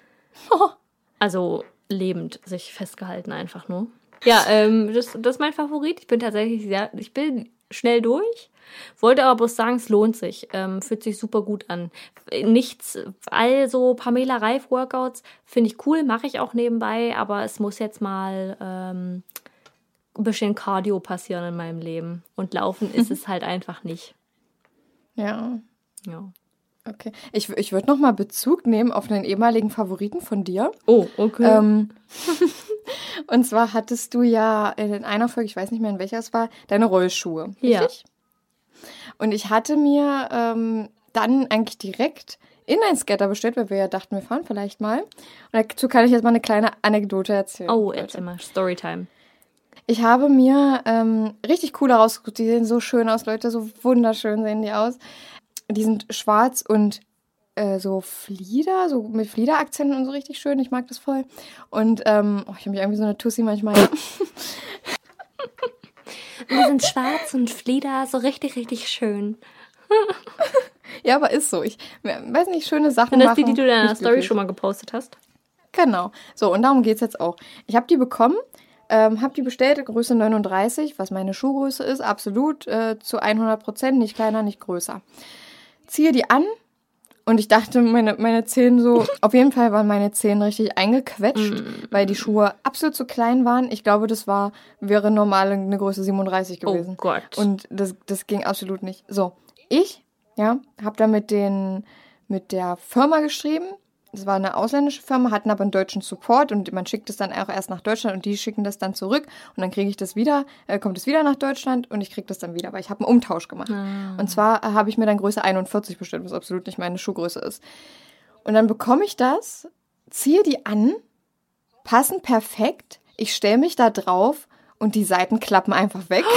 Also lebend sich festgehalten einfach nur. Ja, ähm, das, das ist mein Favorit. Ich bin tatsächlich sehr, ich bin schnell durch. Wollte aber bloß sagen, es lohnt sich. Ähm, fühlt sich super gut an. Nichts, also Pamela Reif Workouts finde ich cool, mache ich auch nebenbei, aber es muss jetzt mal ähm, ein bisschen Cardio passieren in meinem Leben. Und Laufen ist es halt einfach nicht. Ja, Ja. okay. Ich, ich würde noch mal Bezug nehmen auf einen ehemaligen Favoriten von dir. Oh, okay. Ähm, und zwar hattest du ja in einer Folge, ich weiß nicht mehr in welcher es war, deine Rollschuhe. Ja. Richtig? Und ich hatte mir ähm, dann eigentlich direkt Inline-Skater bestellt, weil wir ja dachten, wir fahren vielleicht mal. Und dazu kann ich jetzt mal eine kleine Anekdote erzählen. oh, erzähl mal. Storytime. Ich habe mir ähm, richtig coole rausgesucht. Die sehen so schön aus, Leute. So wunderschön sehen die aus. Die sind schwarz und äh, so Flieder, so mit Fliederakzenten und so richtig schön. Ich mag das voll. Und ähm, oh, ich habe mich irgendwie so eine Tussi manchmal. Ja. Wir sind schwarz und Flieder, so richtig, richtig schön. Ja, aber ist so. Ich weiß nicht, schöne Sachen Sind das machen. die, die du in deiner Story glücklich. schon mal gepostet hast? Genau. So, und darum geht's jetzt auch. Ich habe die bekommen, ähm, habe die bestellt, Größe neununddreißig, was meine Schuhgröße ist, absolut äh, zu hundert Prozent, nicht kleiner, nicht größer. Ziehe die an und ich dachte, meine, meine Zehen so, auf jeden Fall waren meine Zehen richtig eingequetscht, mm. weil die Schuhe absolut zu klein waren. Ich glaube, das war, wäre normal eine Größe siebenunddreißig gewesen. Oh Gott. Und das, das ging absolut nicht. So, ich, ja, habe da mit den, mit der Firma geschrieben. Das war eine ausländische Firma, hatten aber einen deutschen Support und man schickt es dann auch erst nach Deutschland und die schicken das dann zurück und dann kriege ich das wieder, äh, kommt es wieder nach Deutschland und ich kriege das dann wieder, weil ich habe einen Umtausch gemacht. Ah. Und zwar äh, habe ich mir dann Größe einundvierzig bestellt, was absolut nicht meine Schuhgröße ist. Und dann bekomme ich das, ziehe die an, passen perfekt, ich stelle mich da drauf und die Seiten klappen einfach weg.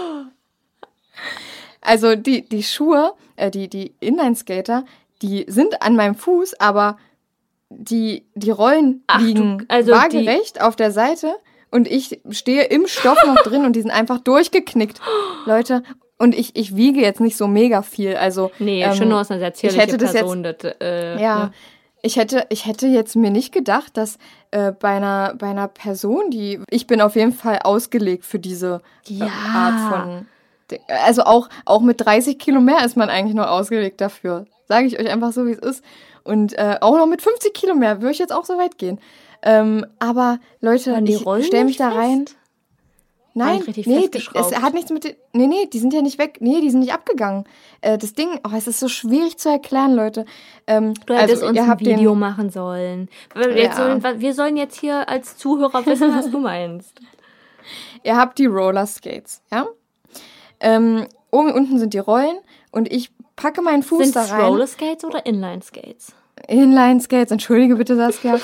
Also die, die Schuhe, äh, die, die Inline-Skater, die sind an meinem Fuß, aber die, die Rollen Ach, liegen du, also waagerecht die... auf der Seite und ich stehe im Stoff noch drin und die sind einfach durchgeknickt. Leute, und ich, ich wiege jetzt nicht so mega viel. Also, nee, ähm, schon nur aus einer sehr zierlichen ich hätte das Person. Jetzt, das, äh, ja, ja, ich hätte, ich hätte jetzt mir nicht gedacht, dass äh, bei, einer, bei einer Person, die, ich bin auf jeden Fall ausgelegt für diese ja. äh, Art von, also auch, auch mit dreißig Kilo mehr ist man eigentlich nur ausgelegt dafür. Sage ich euch einfach so, wie es ist. Und äh, auch noch mit fünfzig Kilo mehr würde ich jetzt auch so weit gehen. Ähm, aber Leute, die ich stelle mich da fest? rein. Nein, nee, die, es hat nichts mit den, nee, nee, die sind ja nicht weg. Nee, die sind nicht abgegangen. Äh, das Ding, oh, es ist so schwierig zu erklären, Leute. Ähm, du hättest also, uns ihr ein habt Video den, machen sollen. Jetzt ja. sollen. Wir sollen jetzt hier als Zuhörer wissen, was du meinst. Ihr habt die Roller Skates, ja? Ähm, oben und unten sind die Rollen und ich packe meinen Fuß Sind's da rein. Roller Skates oder Inline Skates? Inline Skates, entschuldige bitte, Saskia.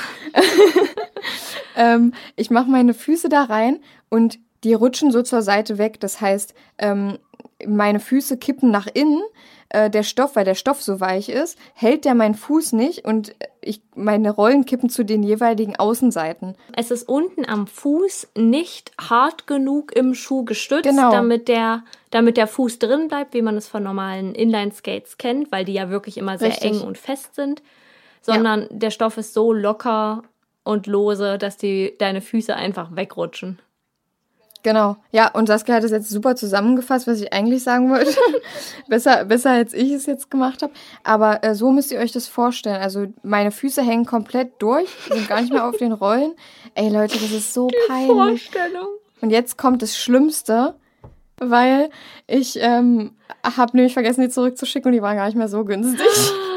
ähm, ich mache meine Füße da rein und die rutschen so zur Seite weg. Das heißt, ähm, meine Füße kippen nach innen. Äh, der Stoff, weil der Stoff so weich ist, hält der meinen Fuß nicht und ich, meine Rollen kippen zu den jeweiligen Außenseiten. Es ist unten am Fuß nicht hart genug im Schuh gestützt, genau. damit der, damit der Fuß drin bleibt, wie man es von normalen Inline-Skates kennt, weil die ja wirklich immer sehr Richtig. eng und fest sind, sondern ja. der Stoff ist so locker und lose, dass die deine Füße einfach wegrutschen. Genau, ja, und Saskia hat es jetzt super zusammengefasst, was ich eigentlich sagen wollte. besser, besser als ich es jetzt gemacht habe. Aber äh, so müsst ihr euch das vorstellen. Also meine Füße hängen komplett durch, sind gar nicht mehr auf den Rollen. Ey Leute, das ist so Die peinlich. Vorstellung. Und jetzt kommt das Schlimmste, weil ich ähm, habe nämlich vergessen, die zurückzuschicken und die waren gar nicht mehr so günstig.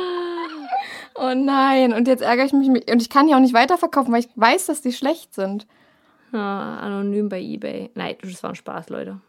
Oh nein, und jetzt ärgere ich mich. Und ich kann die auch nicht weiterverkaufen, weil ich weiß, dass die schlecht sind. Ja, anonym bei eBay. Nein, das war ein Spaß, Leute.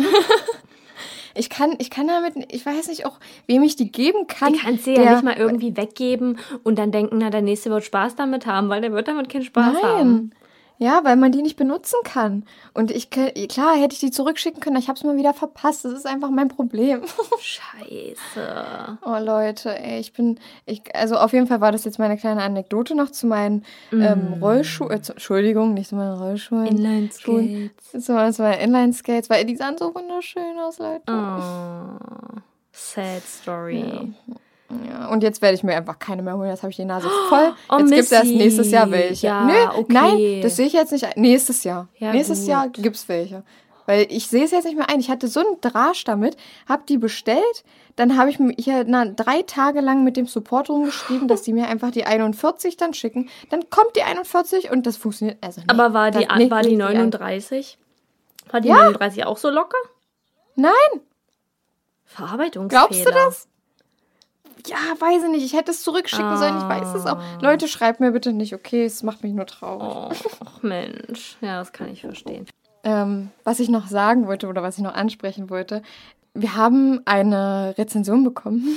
Ich kann, ich kann damit, ich weiß nicht auch, wem ich die geben kann. Die kannst du ja nicht mal irgendwie weggeben und dann denken, na, der Nächste wird Spaß damit haben, weil der wird damit keinen Spaß Nein. haben. Ja, weil man die nicht benutzen kann. Und ich, klar, hätte ich die zurückschicken können, ich habe es mal wieder verpasst. Das ist einfach mein Problem. Scheiße. Oh Leute, ey, ich bin, ich, also auf jeden Fall war das jetzt meine kleine Anekdote noch zu meinen mm. ähm, Rollschuhen, äh, Entschuldigung, nicht zu meinen Rollschuhen. Inline-Skates. Zu, zu meinen Inline-Skates, weil die sahen so wunderschön aus, Leute. Oh, sad story. Ja. Ja, und jetzt werde ich mir einfach keine mehr holen. Jetzt habe ich die Nase voll. Oh, jetzt gibt es erst Missy. nächstes Jahr welche. Ja, Nö, okay. Nein, das sehe ich jetzt nicht ein. Nächstes Jahr. Ja, nächstes gut. Jahr gibt es welche. Weil ich sehe es jetzt nicht mehr ein. Ich hatte so einen Drasch damit, habe die bestellt. Dann habe ich hier na, drei Tage lang mit dem Support rumgeschrieben, dass die mir einfach die einundvierzig dann schicken. Dann kommt die einundvierzig und das funktioniert. Also nicht. Aber war die, das, nicht, war die nicht neununddreißig? War die Ja. neununddreißig auch so locker? Nein. Verarbeitungsfehler. Glaubst du das? Ja, weiß ich nicht. Ich hätte es zurückschicken Ah. sollen. Ich weiß es auch. Leute, schreibt mir bitte nicht, okay? Es macht mich nur traurig. Oh, ach Mensch. Ja, das kann ich verstehen. Ähm, was ich noch sagen wollte oder was ich noch ansprechen wollte, wir haben eine Rezension bekommen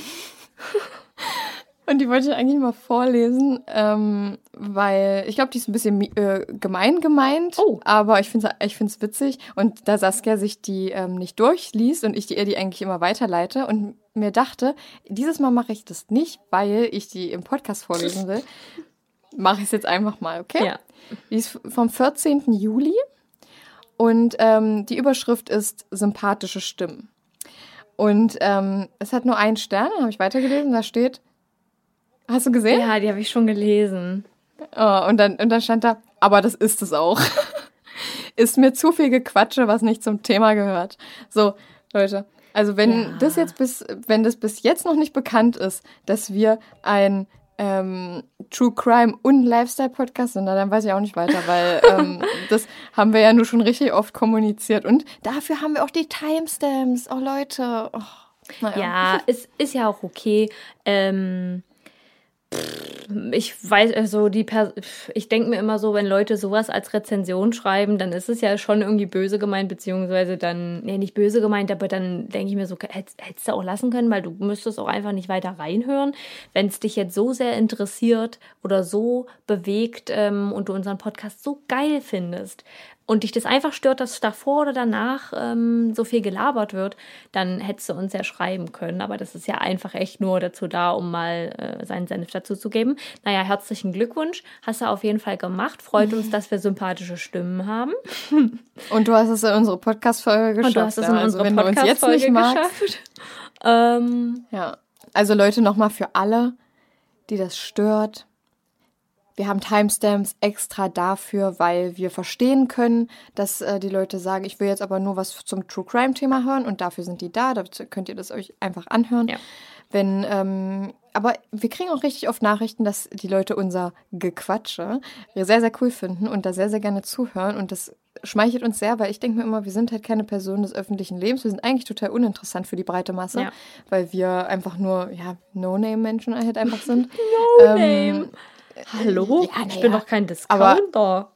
und die wollte ich eigentlich mal vorlesen, ähm, weil ich glaube, die ist ein bisschen äh, gemein gemeint, oh. aber ich finde es ich find's witzig und da Saskia sich die ähm, nicht durchliest und ich die, ihr die eigentlich immer weiterleite und mir dachte, dieses Mal mache ich das nicht, weil ich die im Podcast vorlesen will. Mache ich es jetzt einfach mal, okay? Ja. Die ist vom vierzehnten Juli und ähm, die Überschrift ist sympathische Stimmen. Und ähm, es hat nur einen Stern, dann habe ich weitergelesen, da steht, hast du gesehen? Ja, die habe ich schon gelesen. Oh, und, dann, und dann stand da, aber das ist es auch. Ist mir zu viel Gequatsche, was nicht zum Thema gehört. So, Leute, also wenn Ja. das jetzt bis, wenn das bis jetzt noch nicht bekannt ist, dass wir ein ähm, True Crime und Lifestyle-Podcast sind, na, dann weiß ich auch nicht weiter, weil ähm, das haben wir ja nur schon richtig oft kommuniziert. Und dafür haben wir auch die Timestamps. Oh, Leute. Oh, naja. Ja, es ist ja auch okay. Ähm, ich weiß, also die Pers- ich denke mir immer so, wenn Leute sowas als Rezension schreiben, dann ist es ja schon irgendwie böse gemeint, beziehungsweise dann, nee, nicht böse gemeint, aber dann denke ich mir so, hättest, hättest du auch lassen können, weil du müsstest auch einfach nicht weiter reinhören. Wenn es dich jetzt so sehr interessiert oder so bewegt ähm, und du unseren Podcast so geil findest und dich das einfach stört, dass davor oder danach ähm, so viel gelabert wird, dann hättest du uns ja schreiben können. Aber das ist ja einfach echt nur dazu da, um mal äh, seinen Senf dazu zu geben. Naja, herzlichen Glückwunsch. Hast du auf jeden Fall gemacht. Freut uns, dass wir sympathische Stimmen haben. Und du hast es in unsere Podcast-Folge geschafft. Und du hast es in ja, also unsere wenn du uns jetzt Podcast-Folge nicht magst, geschafft. Ähm, ja. Also Leute, nochmal für alle, die das stört. Wir haben Timestamps extra dafür, weil wir verstehen können, dass äh, die Leute sagen, ich will jetzt aber nur was zum True Crime Thema hören und dafür sind die da, da könnt ihr das euch einfach anhören. Ja. Wenn, ähm, aber wir kriegen auch richtig oft Nachrichten, dass die Leute unser Gequatsche sehr, sehr cool finden und da sehr, sehr gerne zuhören und das schmeichelt uns sehr, weil ich denke mir immer, wir sind halt keine Person des öffentlichen Lebens, wir sind eigentlich total uninteressant für die breite Masse, Ja. weil wir einfach nur, ja, No-Name-Menschen halt einfach sind. No-Name. Ähm, Hallo? Ja, na ich bin ja. doch kein Discounter.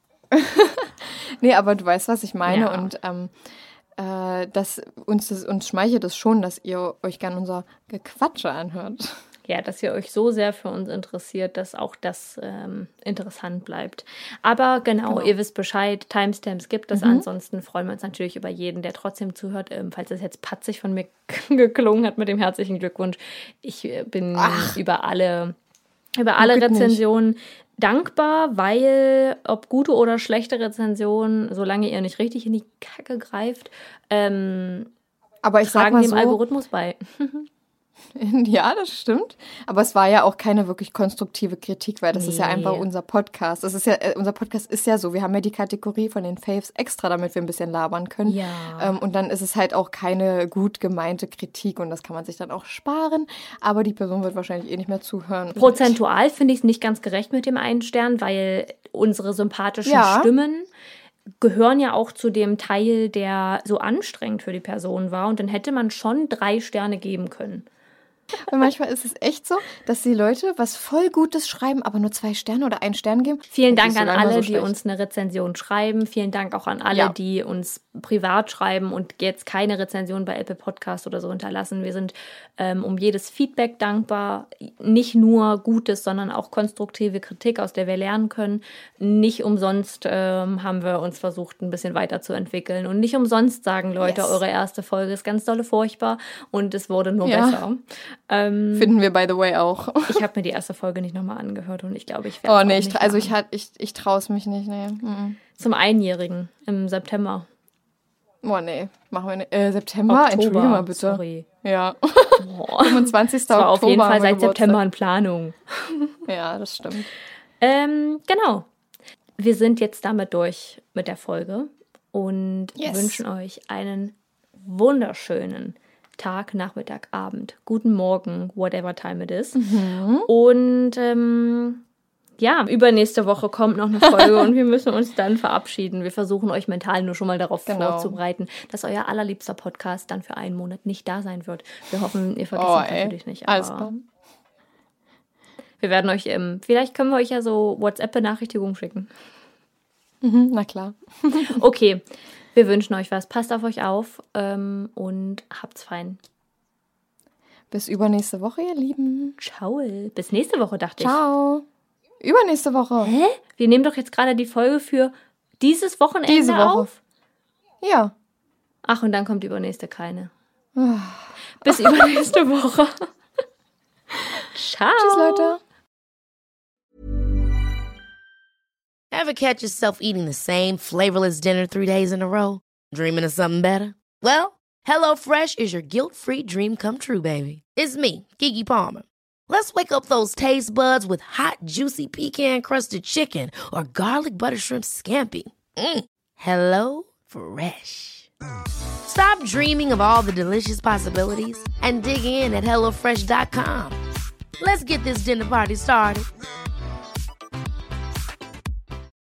Nee, aber du weißt, was ich meine. Ja. Und ähm, äh, das, uns, das, uns schmeichelt es schon, dass ihr euch gern unser Gequatsche anhört. Ja, dass ihr euch so sehr für uns interessiert, dass auch das ähm, interessant bleibt. Aber genau, Genau. ihr wisst Bescheid, Timestamps gibt es. Ansonsten freuen wir uns natürlich über jeden, der trotzdem zuhört. Ähm, falls es jetzt patzig von mir geklungen hat mit dem herzlichen Glückwunsch. Ich äh, bin über alle... Über alle Guckt nicht. Rezensionen dankbar, weil ob gute oder schlechte Rezensionen, solange ihr nicht richtig in die Kacke greift, ähm, Aber ich sag tragen mal dem so, Algorithmus bei. ja, das stimmt. Aber es war ja auch keine wirklich konstruktive Kritik, weil das ist ja Nee. einfach unser Podcast. Das ist ja, äh, unser Podcast ist ja so, wir haben ja die Kategorie von den Faves extra, damit wir ein bisschen labern können. Ja. Ähm, und dann ist es halt auch keine gut gemeinte Kritik und das kann man sich dann auch sparen. Aber die Person wird wahrscheinlich eh nicht mehr zuhören. Prozentual finde ich es nicht ganz gerecht mit dem einen Stern, weil unsere sympathischen Ja. Stimmen gehören ja auch zu dem Teil, der so anstrengend für die Person war. Und dann hätte man schon drei Sterne geben können. Weil manchmal ist es echt so, dass die Leute was voll Gutes schreiben, aber nur zwei Sterne oder einen Stern geben. Vielen Das Dank ist an sogar immer alle, so die schlecht. uns eine Rezension schreiben. Vielen Dank auch an alle, Ja. die uns privat schreiben und jetzt keine Rezension bei Apple Podcast oder so hinterlassen. Wir sind ähm, um jedes Feedback dankbar. Nicht nur Gutes, sondern auch konstruktive Kritik, aus der wir lernen können. Nicht umsonst ähm, haben wir uns versucht, ein bisschen weiterzuentwickeln. Und nicht umsonst sagen Leute, Yes. eure erste Folge ist ganz dolle furchtbar und es wurde nur Ja. besser. Ähm, Finden wir, by the way, auch. ich habe mir die erste Folge nicht nochmal angehört und ich glaube, ich werde Oh es nee, auch ich, nicht also machen. ich, hat- ich, ich traue es mich nicht. Nee. Mhm. Zum Einjährigen im September. Oh nee, machen wir nicht. Äh, September? Entschuldige mal bitte. Sorry. Ja, Boah. fünfundzwanzigsten Das war auf jeden Oktober Fall haben wir seit Geburtstag. September in Planung. Ja, das stimmt. Ähm, genau. Wir sind jetzt damit durch mit der Folge und Yes. wünschen euch einen wunderschönen Tag, Nachmittag, Abend, guten Morgen, whatever time it is. Mhm. Und ähm, ja, übernächste Woche kommt noch eine Folge und wir müssen uns dann verabschieden. Wir versuchen euch mental nur schon mal darauf Genau. vorzubereiten, dass euer allerliebster Podcast dann für einen Monat nicht da sein wird. Wir hoffen, ihr vergesst Oh, uns ey. natürlich nicht. Alles Aber klar. wir werden euch, ähm, vielleicht können wir euch ja so WhatsApp-Benachrichtigungen schicken. Mhm, na klar. Okay, wir wünschen euch was. Passt auf euch auf ähm, und habt's fein. Bis übernächste Woche, ihr Lieben. Ciao. Bis nächste Woche, dachte ich. Ciao. Übernächste Woche. Hä? Wir nehmen doch jetzt gerade die Folge für dieses Wochenende Diese Woche. auf? Ja. Ach, und dann kommt übernächste keine. Bis übernächste Woche. Ciao. Tschüss, Leute. Ever catch yourself eating the same flavorless dinner three days in a row? Dreaming of something better? Well, HelloFresh is your guilt-free dream come true, baby. It's me, Keke Palmer. Let's wake up those taste buds with hot, juicy pecan-crusted chicken or garlic butter shrimp scampi. Mm. Hello Fresh. Stop dreaming of all the delicious possibilities and dig in at hello fresh dot com. Let's get this dinner party started.